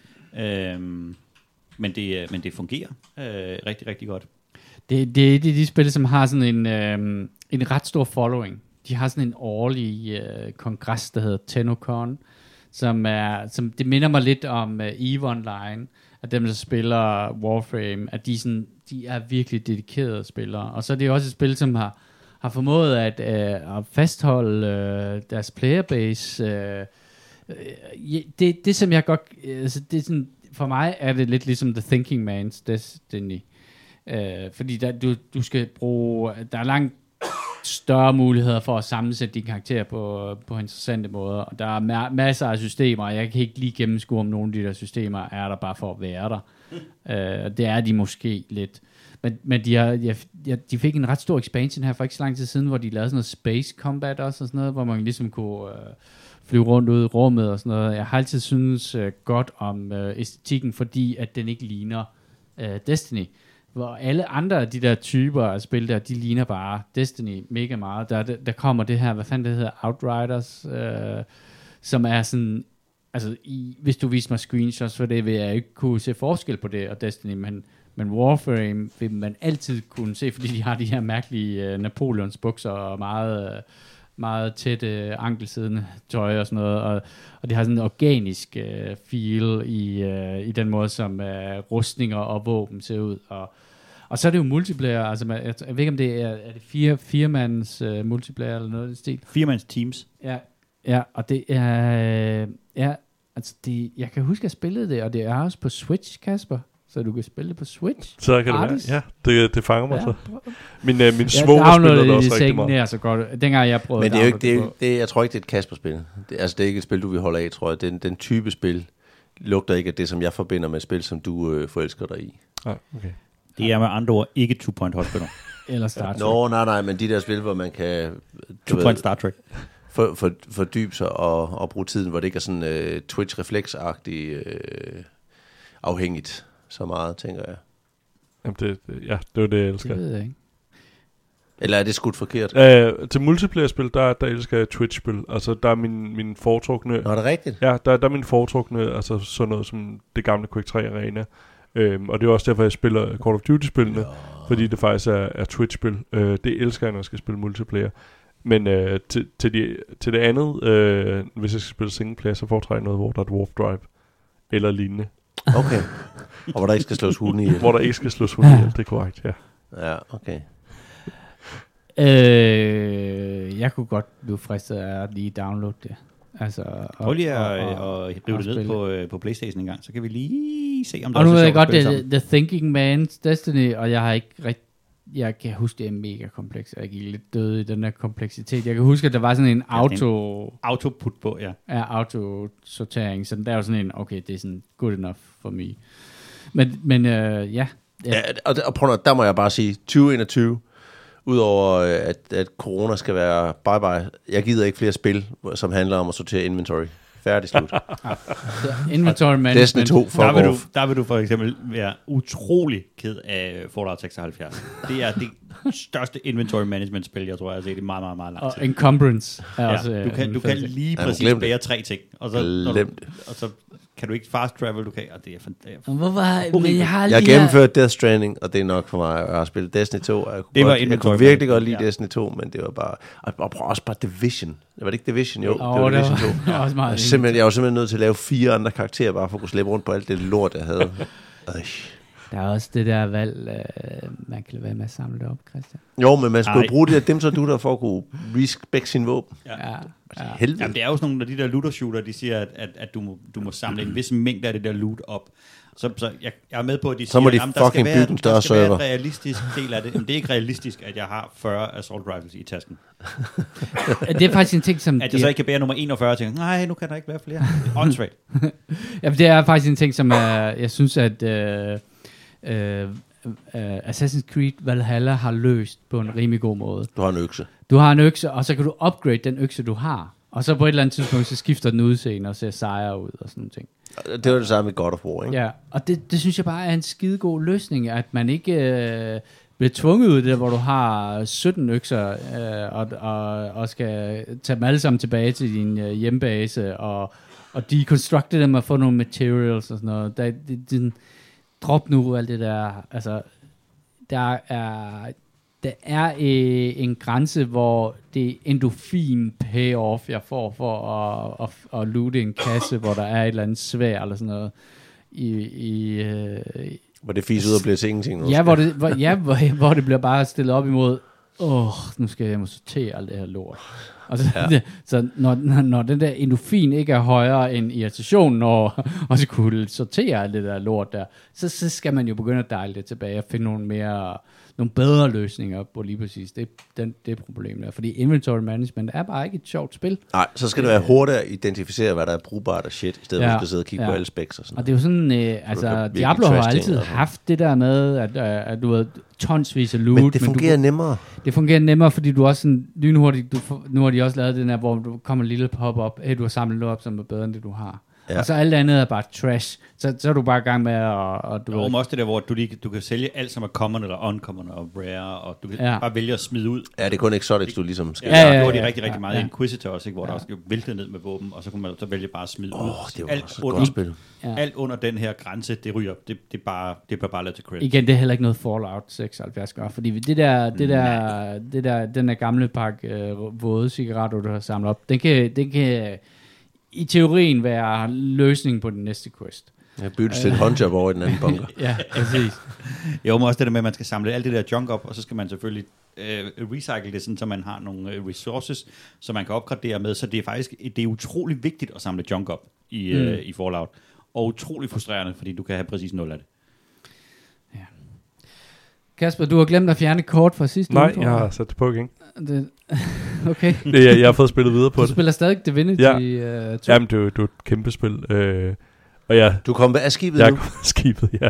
Men det fungerer rigtig, rigtig godt. Det er de spil, som har sådan en ret stor following. De har sådan en årlig kongres, der hedder TennoCon, som det minder mig lidt om EVE Online, at dem, der spiller Warframe, at de er virkelig dedikerede spillere. Og så er det også et spil, som har formået at fastholde deres playerbase. Det som jeg godt... Altså det er sådan, for mig er det lidt ligesom The Thinking Man's Destiny. Fordi du skal bruge... Der er langt større muligheder for at sammensætte dine karakterer på interessante måder. Og der er masser af systemer, og jeg kan ikke lige gennemskue, om nogle af de der systemer er der bare for at være der. Det er de måske lidt. Men de fik en ret stor expansion her for ikke så lang tid siden, hvor de lavede sådan noget space combat også, og sådan noget, hvor man ligesom kunne flyve rundt ud i rummet og sådan noget. Jeg har altid synes godt om æstetikken, fordi at den ikke ligner Destiny. Hvor alle andre af de der typer af spil der, de ligner bare Destiny mega meget. Der kommer det her, hvad fanden det hedder, Outriders, som er sådan, altså hvis du viser mig screenshots for det, vil jeg ikke kunne se forskel på det og Destiny, men Warframe vil man altid kunne se, fordi de har de her mærkelige Napoleons bukser og meget, meget tætte ankelsiddende tøj og sådan noget, og det har sådan en organisk feel i den måde, som rustninger og våben ser ud, og så er det jo multiplayer, altså jeg ved ikke, om det er det firemands multiplayer eller noget i den stil. Firemands teams. Ja, og det er, altså jeg kan huske, at jeg spillede det, og det er også på Switch, Kasper. Så du kan spille det på Switch? Så kan det være. Ja, det fanger mig så. Min svoger spiller det også rigtig meget. Ja, så godt. Dengang jeg prøvede. Men det er jo ikke, jeg tror ikke, det er et Kasper-spil. Det er ikke et spil, du vil holde af, tror jeg. Den type spil lugter ikke af det, som jeg forbinder med et spil, som du forelsker dig i. Ah, okay. Det er med andre ord ikke Two Point Hospital. Eller Star Trek. Nej, men de der spil, hvor man kan... Two Point Star Trek. Fordybe sig og bruge tiden, hvor det ikke er sådan Twitch-refleks-agtigt afhængigt så meget, tænker jeg. Jamen det er det, jeg elsker. Det ved jeg ikke. Eller er det skudt forkert? Til multiplayer-spil, der elsker jeg Twitch-spil. Altså, der er min foretrukne... Nå, er det rigtigt? Ja, der er min foretrukne, altså sådan noget som det gamle Quake 3 Arena. Og det er også derfor, jeg spiller Call of Duty-spillene, fordi det faktisk er Twitch-spil. Det elsker jeg, når jeg skal spille multiplayer. Men til det andet, hvis jeg skal spille singleplayer, så foretrækker jeg noget, hvor der er et warp drive eller lignende. Okay. Og hvor der ikke skal slås hunde ihjel. Hvor der ikke skal slås hunde ihjel, det er korrekt, ja. Ja, okay. Jeg kunne godt blive fristet af at lige downloade det. Altså, prøv lige at rive det ned på PlayStation en gang, så kan vi lige se, om der og er nu så er jeg sjovt godt, at spille The Thinking Man's Destiny, og jeg har ikke jeg kan huske, det er mega kompleks, og jeg gik lidt død i den der kompleksitet. Jeg kan huske, at der var sådan en autoput på, ja. Ja, autosortering, så der er jo sådan en, okay, det er sådan good enough for me. Men ja. Ja, og prøv at, der må jeg bare sige, 2021, udover at corona skal være bye-bye, jeg gider ikke flere spil, som handler om at sortere inventory. Færdig slut. Inventory management. Destiny 2, fuck off. Der vil du for eksempel være utrolig ked af Fallout 76. Det er det største inventory management spil, jeg tror, jeg har set i meget, meget, meget lang tid. Og encumbrance er ja, også... Du kan lige præcis bære 3 ting, og så kan du ikke fast travel, du kan, og det er hvorfor? Men jeg har jeg har gennemført Death Stranding, og det er nok for mig at have spillet Destiny 2. Jeg kunne virkelig godt lide Destiny 2, men det var bare... Og også bare Division. Var det ikke Division? Jo, det var Division 2. Jeg var simpelthen nødt til at lave 4 andre karakterer, bare for at kunne slæbe rundt på alt det lort, jeg havde. Der er også det der valg, man kan lade være med at samle det op, Christian. Jo, men man skulle bruge det der dem, så du der for at kunne respect sin våben. Ja. Helvede. Jamen, det er jo sådan nogle af de der looter-shooter, de siger, at du må samle en vis mængde af det der loot op. Så jeg er med på, at de siger, at der skal være en realistisk del af det. Men det er ikke realistisk, at jeg har 40 assault rifles i tasken. Det er faktisk en ting, som... At jeg så ikke kan bære nummer 41 og tænke, nej, nu kan der ikke være flere. Åndssvagt. Jamen, det er faktisk en ting, som jeg synes, at Assassin's Creed Valhalla har løst på en rimelig god måde. Du har en økse, og så kan du upgrade den økse, du har. Og så på et eller andet tidspunkt, så skifter den udseende og ser sejre ud og sådan nogle ting. Det var det samme med God of War, ikke? Ja, og det synes jeg bare er en skidegod løsning, at man ikke bliver tvunget ud der, hvor du har 17 økser og skal tage dem alle sammen tilbage til din hjembase og deconstructe dem og få nogle materials og sådan noget. Drop nu alt det der. Altså, der er en grænse, hvor det endorfin payoff, jeg får for at loote en kasse, hvor der er et eller andet svær eller sådan noget. Hvor det fiser ud og bliver til ingenting. Ja, hvor det bliver bare stillet op imod, nu skal jeg sortere alt det her lort. Og så når den der endorfin ikke er højere end irritationen og så kunne sortere alt det der lort der, så skal man jo begynde at dejle det tilbage og finde nogle bedre løsninger på lige præcis det problem der. Fordi inventory management er bare ikke et sjovt spil. Nej, så skal det være hurtigt at identificere, hvad der er brugbart og shit, i stedet for at skal sidde og kigge på alle specs og sådan. Og det er jo sådan, Diablo har altid haft det der med, at du ved, tonsvis af loot. Men det fungerer nemmere. Det fungerer nemmere, fordi du også sådan, lynhurtigt, nu har de også lavet den der, hvor du kommer en lille pop-up, du har samlet noget op, som er bedre end det, du har. Ja. Og så alt andet er bare trash. Så er du bare i gang med at... Du også det der, hvor du kan sælge alt, som er common eller uncommon og rare, og du kan bare vælge at smide ud. Ja, det er kun exotics, du ligesom skal... Ja, det var de rigtig meget Inquisitor også, ikke, hvor der også væltede ned med våben, og så kunne man så vælge bare at smide ud. Det var også et godt spil. Alt under den her grænse, det ryger. Det bliver bare lavet til credit. Igen, det er heller ikke noget Fallout 76 gør, fordi den der gamle pakke våde cigaretter, du har samlet op, den kan i teorien være løsningen på den næste quest. Jeg byttes til et håndjob over i den anden bunker. Ja, præcis. Jo, men også det der med, at man skal samle alt det der junk op, og så skal man selvfølgelig recycle det, sådan, så man har nogle resources, så man kan opgradere med. Så det er faktisk utrolig vigtigt at samle junk op i Fallout. Og utrolig frustrerende, fordi du kan have præcis 0 af det. Ja. Kasper, du har glemt at fjerne kort fra sidste uge. Nej, jeg har sat det på igen. Okay. Jeg har fået spillet videre på det. Du spiller stadig Divinity 2. Jamen, det er et kæmpe spil. Du kom af skibet nu? Jeg kom af skibet, ja.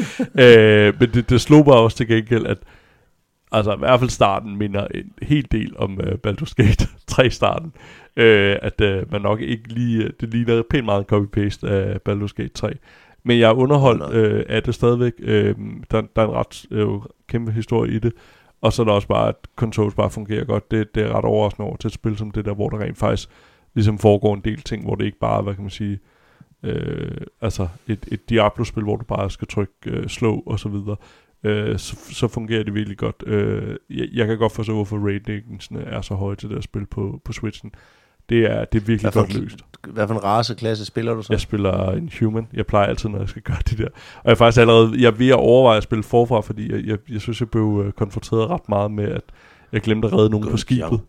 Men det slog mig også til gengæld, at altså i hvert fald starten minder en hel del om Baldur's Gate 3-starten. At man nok ikke lige... Det ligner pænt meget copy-paste af Baldur's Gate 3. Men jeg er underholdt af det stadigvæk. Der er en ret kæmpe historie i det. Og så er der også bare, at controls bare fungerer godt. Det er ret overraskende over til et spil som det der, hvor der rent faktisk ligesom foregår en del ting, hvor det ikke bare, hvad kan man sige, altså et Diablo-spil, hvor du bare skal trykke slå og så videre. Så fungerer det virkelig godt. Jeg kan godt forstå, hvorfor ratingsene er så høje til det at spille på Switchen. Det er virkelig godt løst. Hvad for en raceklasse spiller du så? Jeg spiller en human. Jeg plejer altid, når jeg skal gøre det der. Og jeg er faktisk allerede ved at overveje at spille forfra, fordi jeg synes, jeg blev konfronteret ret meget med, at Jeg glemte at redde nogen på skibet.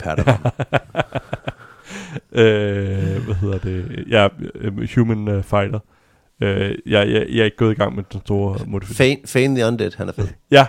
Hvad hedder det? Ja, Human Fighter. Jeg er ikke gået i gang med den store modifikation. Fane the Undead, han er fed. Ja,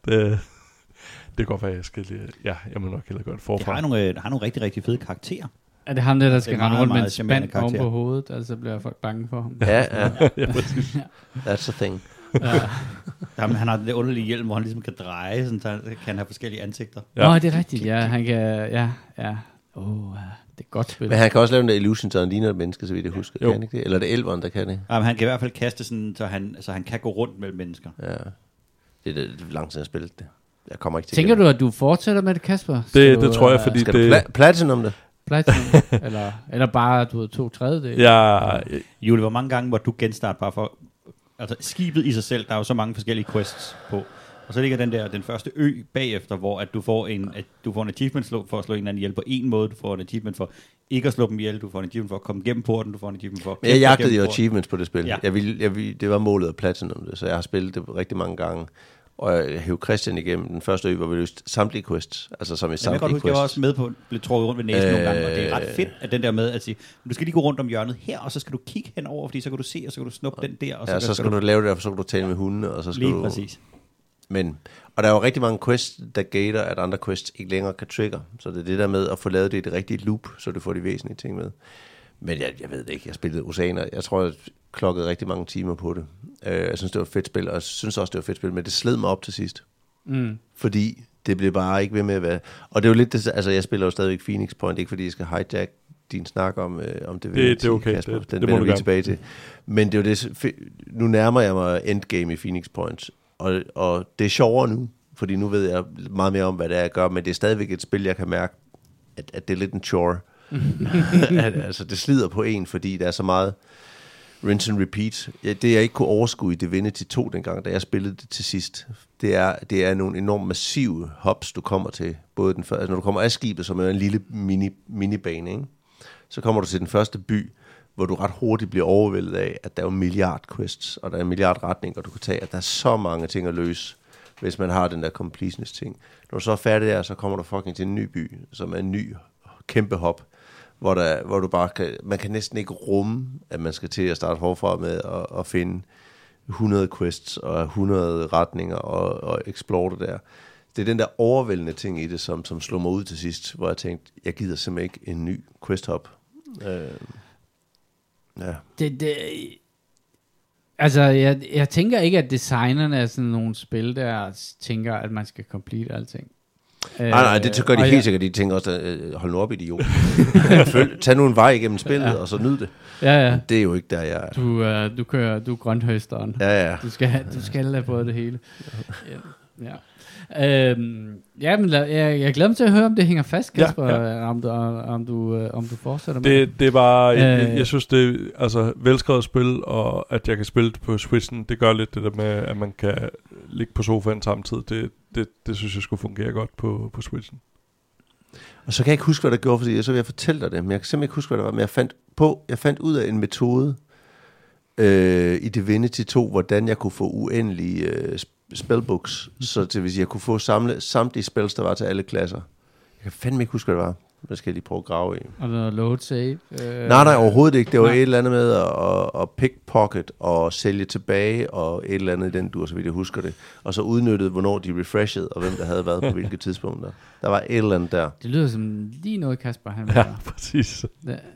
det går faktisk, jeg skal lige... Ja, jeg må nok hellere gøre det forfra. Det har nogle rigtig, rigtig fede karakterer. Er det ham der skal rende rundt med en spand oven på hovedet? Altså bliver folk bange for ham. Ja, præcis. That's a thing. Jamen, han har det underlige hjelm, hvor han ligesom kan dreje, sådan, så han kan have forskellige ansigter. Ja. Nå, det er rigtigt. Ja, han kan... Ja. Det er godt spil. Men han kan også lave en illusion, så han ligner et menneske, så vidt jeg husker. Kan ikke det? Eller er det elveren, der kan det? Jamen, han kan i hvert fald kaste sådan, så han kan gå rundt mellem mennesker. Ja. Det er lang tid, jeg har spillet det. Jeg kommer ikke til. Tænker du, at du fortsætter med det, Kasper? Det tror jeg, fordi skal det... Platinum det? Platinum? eller bare, du ved, 2/3? Ja. Julie, hvor mange gange må du genstarte bare for... Altså, skibet i sig selv, der er jo så mange forskellige quests på. Og så ligger den første ø bagefter, hvor at du får en achievement for at slå en eller anden ihjel på en måde. Du får en achievement for ikke at slå dem ihjel. Du får en achievement for at komme gennem porten. Du får en achievement for... Jeg jagtede jo achievements på det spil. Ja. Det var målet af Platinum, så jeg har spillet det rigtig mange gange. Og jeg hævde Christian igennem den første ø, hvor vi løste samtlige quests. Altså som i samtlige quests. Jeg var også med på, blev trukket rundt ved næsen nogle gange, og det er ret fedt, at den der med at sige, du skal lige gå rundt om hjørnet her, og så skal du kigge henover, fordi så kan du se, og så kan du snuppe den der. Og så skal du lave det, og så kan du tale med hundene, og så skal lige du... præcis. Og der er jo rigtig mange quests, der gater, at andre quests ikke længere kan trigger. Så det er det der med at få lavet det i det rigtige loop, så du får de væsentlige ting med. Men jeg ved det ikke, jeg spillede Oceaner. Jeg tror, jeg klokkede rigtig mange timer på det. Jeg synes, det var et fedt spil, og jeg synes også, det var et fedt spil, men det sled mig op til sidst. Fordi det blev bare ikke ved med at være... Og det er jo lidt det, altså jeg spiller jo stadigvæk Phoenix Point, ikke fordi jeg skal hijack din snak om det. Det er okay, Kasper. Den det må vender vi tilbage til. Men det er jo det, nu nærmer jeg mig endgame i Phoenix Point, og det er sjovere nu, fordi nu ved jeg meget mere om, hvad det er, jeg gør, men det er stadigvæk et spil, jeg kan mærke, at det er lidt en chore. Altså det slider på en, fordi der er så meget rinse and repeat. Det jeg ikke kunne overskue i Divinity 2 dengang, da jeg spillede det til sidst, det er nogle enormt massive hops, du kommer til. Både den første, altså når du kommer af skibet, som er en lille minibane, ikke? Så kommer du til den første by, hvor du ret hurtigt bliver overvældet af, at der er 1 milliard quests, og der er 1 milliard retninger, du kan tage, at der er så mange ting at løse, hvis man har den der completionist ting. Når du så er færdig der, så kommer du fucking til en ny by, som er en ny kæmpe hop, hvor du bare man kan næsten ikke rumme, at man skal til at starte forfra med at finde 100 quests og 100 retninger og explore det der. Det er den der overvældende ting i det, som slår mig ud til sidst, hvor jeg tænkte, jeg gider simpelthen ikke en ny quest hop. Ja. Altså, jeg tænker ikke, at designerne er sådan nogle spil, der tænker, at man skal complete alting. Nej, det gør de helt sikkert. De tænker også, hold nu op, idiot. Tag nu en vej igennem spillet, og så nyd det. Ja. Det er jo ikke der, jeg er. Du er grønthøsteren. Ja. Du skal have både det hele. Ja. Men jeg glæder mig til at høre, om det hænger fast, Kasper, om du fortsætter med det er bare, jeg synes det er altså velskrevet spil, og at jeg kan spille det på Switchen, det gør lidt det der med, at man kan ligge på sofaen samtidig, det synes jeg skulle fungere godt på Switchen. Og så kan jeg ikke huske, hvad der gjorde, fordi så vil jeg fortælle dig det, men jeg kan simpelthen ikke huske, hvad der var, men jeg fandt ud af en metode i Divinity 2, hvordan jeg kunne få uendelige spellbooks, så det vil sige, jeg kunne få samtlige spells, der var til alle klasser. Jeg kan fandme ikke huske, hvad det var. Det skal jeg lige prøve at grave i. Og noget load save? Nej, overhovedet ikke. Det var et eller andet med at pickpocket og sælge tilbage, og et eller andet i den dur, så vidt jeg husker det. Og så udnyttede, hvornår de refreshede, og hvem der havde været på hvilke tidspunkter. Der var et eller andet der. Det lyder som lige noget, Kasper. Ja, præcis.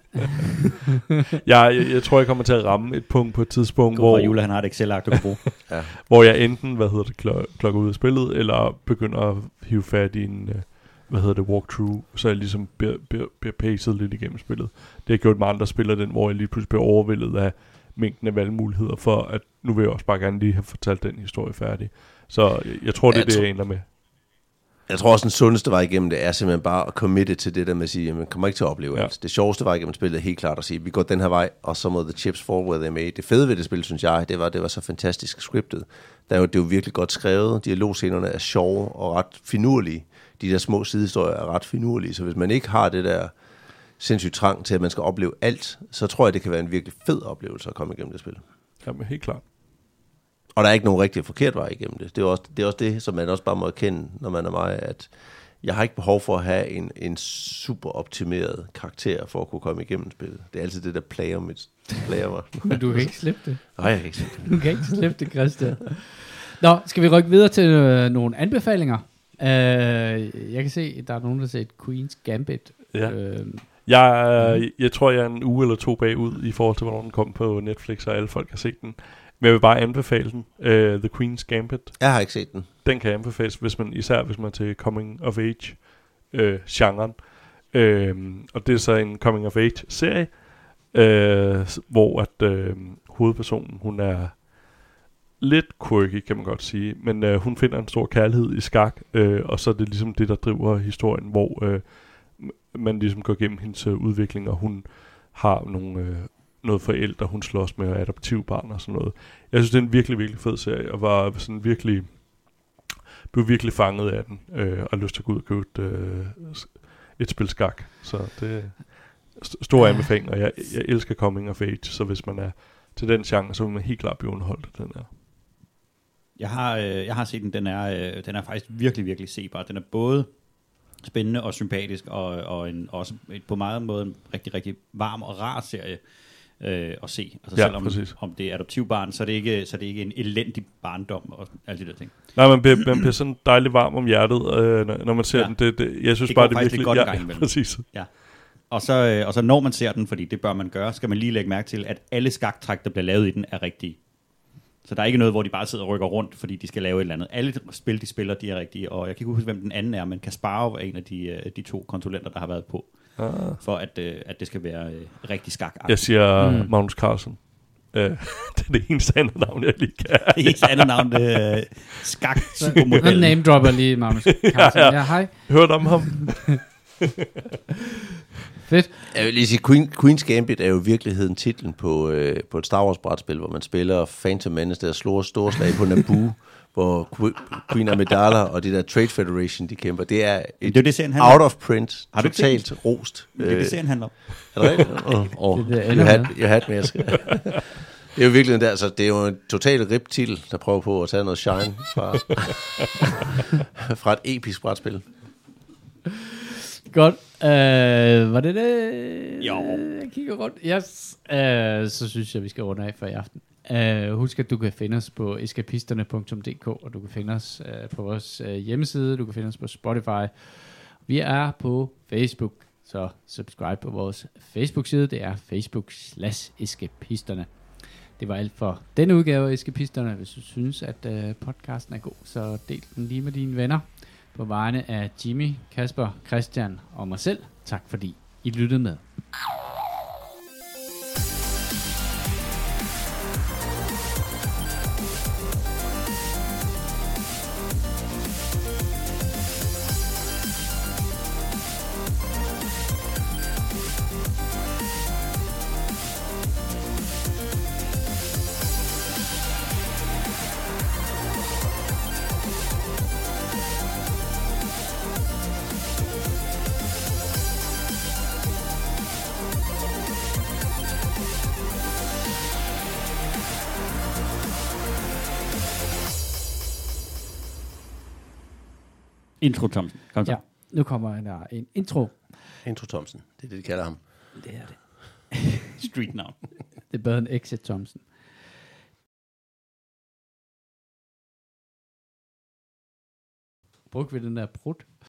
Jeg tror, jeg kommer til at ramme et punkt på et tidspunkt, hvor Jule, han har et Excel-ark, du kan bruge. Ja. Hvor jeg enten, klokker ud af spillet, eller begynder at hive fat i en... walkthrough, så jeg ligesom bliver pacet lidt igennem spillet. Det har jeg gjort med andre spillere, hvor jeg lige pludselig bliver overvældet af mængden af valgmuligheder, for at nu vil jeg også bare gerne lige have fortalt den historie færdig. Så jeg tror, det er det, jeg ender med. Jeg tror også, den sundeste vej igennem det er simpelthen bare at committe til det der med at sige, at man kommer ikke til at opleve alt. Det sjoveste vej igennem spillet er helt klart at sige, at vi går den her vej, og så må the chips fall where they may. Det fede ved det spil, synes jeg, det var så fantastisk scriptet. Det er jo virkelig godt skrevet. Dialogscenerne er sjove og ret finurlige. De der små sidehistorier er ret finurlige, så hvis man ikke har det der sindssygt trang til, at man skal opleve alt, så tror jeg, det kan være en virkelig fed oplevelse at komme igennem det spil. Jamen, helt klart. Og der er ikke nogen rigtig forkert vej igennem det. Det er også det, som man også bare må erkende, når man er mig, Jeg har ikke behov for at have en super optimeret karakter for at kunne komme igennem spillet. Det er altid det, der plager mig. Men du kan ikke slippe det. Nej, jeg kan ikke slippe det. Du kan ikke slippe det, Christian. Nå, skal vi rykke videre til nogle anbefalinger? Jeg kan se, at der er nogen, der har set Queen's Gambit. Ja. Jeg tror, jeg er en uge eller 2 bagud i forhold til, hvornår den kom på Netflix, og alle folk har set den. Men jeg vil bare anbefale den. The Queen's Gambit. Jeg har ikke set den. Den kan anbefales, især hvis man er til Coming of Age genren. Og det er så en Coming of Age serie, hvor at hovedpersonen, hun er lidt quirky, kan man godt sige, men hun finder en stor kærlighed i skak, og så er det ligesom det, der driver historien, hvor man ligesom går igennem hendes udvikling, og hun har noget forældre, hun slås med, og adoptivbarn og sådan noget. Jeg synes, det er en virkelig, virkelig fed serie, og var sådan blev virkelig fanget af den, og har lyst til at gå ud og købe et spil skak. Så det er stor anbefaling, og jeg elsker Coming of Age, så hvis man er til den genre, så vil man helt klart blive underholdt af den her. Jeg har set den. Den er faktisk virkelig, virkelig sebar. Den er både spændende og sympatisk, og også på meget måde en rigtig, rigtig varm og rar serie at se. Altså selvom om det er adoptivbarn, så er det ikke en elendig barndom og alle de der ting. Nej, man bliver sådan dejligt varm om hjertet, når man ser den. Jeg synes det bare, det er virkelig godt en gang imellem. Præcis. Ja. Og så når man ser den, fordi det bør man gøre, skal man lige lægge mærke til, at alle skaktræk, der bliver lavet i den, er rigtige. Så der er ikke noget, hvor de bare sidder og rykker rundt, fordi de skal lave et eller andet. Alle spil, de spiller, de er rigtige. Og jeg kan ikke huske, hvem den anden er, men Kasparov er en af de 2 konsulenter, der har været på. For at det skal være rigtig skakagtigt. Jeg siger Magnus Carlsen. Det er det eneste andet navn, jeg lige kan. Det eneste andet navn, det er skak-supermodellen. Han name-dropper lige Magnus Carlsen. Ja, hej. Hørte om ham. Fedt. Jeg vil lige sige, Queen's Gambit er jo i virkeligheden titlen på et Star Wars brætspil, hvor man spiller Phantom Menace, der slår store slag på Naboo, hvor Queen Amidala og det der Trade Federation, de kæmper. Det er et out of print, totalt rost. Det er det, serien handler om. Er det rigtigt? You had me. Det er jo virkelig der, altså det er jo en total rip-titel, der prøver på at tage noget shine fra et episk brætspil. Godt. Var det det? Jo. Jeg kigger rundt. Yes. Så synes jeg, vi skal runde af for i aften. Husk, at du kan finde os på eskapisterne.dk, og du kan finde os på vores hjemmeside, du kan finde os på Spotify. Vi er på Facebook, så subscribe på vores Facebook-side. Det er Facebook/eskapisterne. Det var alt for denne udgave af Eskapisterne. Hvis du synes, at podcasten er god, så del den lige med dine venner. På vegne af Jimmy, Kasper, Christian og mig selv, tak fordi I lyttede med. Intro Thomsen. Kom så. Ja, nu kommer der en intro. Intro Thomsen, det er det, de kalder ham. Det er det. Street navn. Det er bedre end Exit Thomsen. Brugte vi den der brud?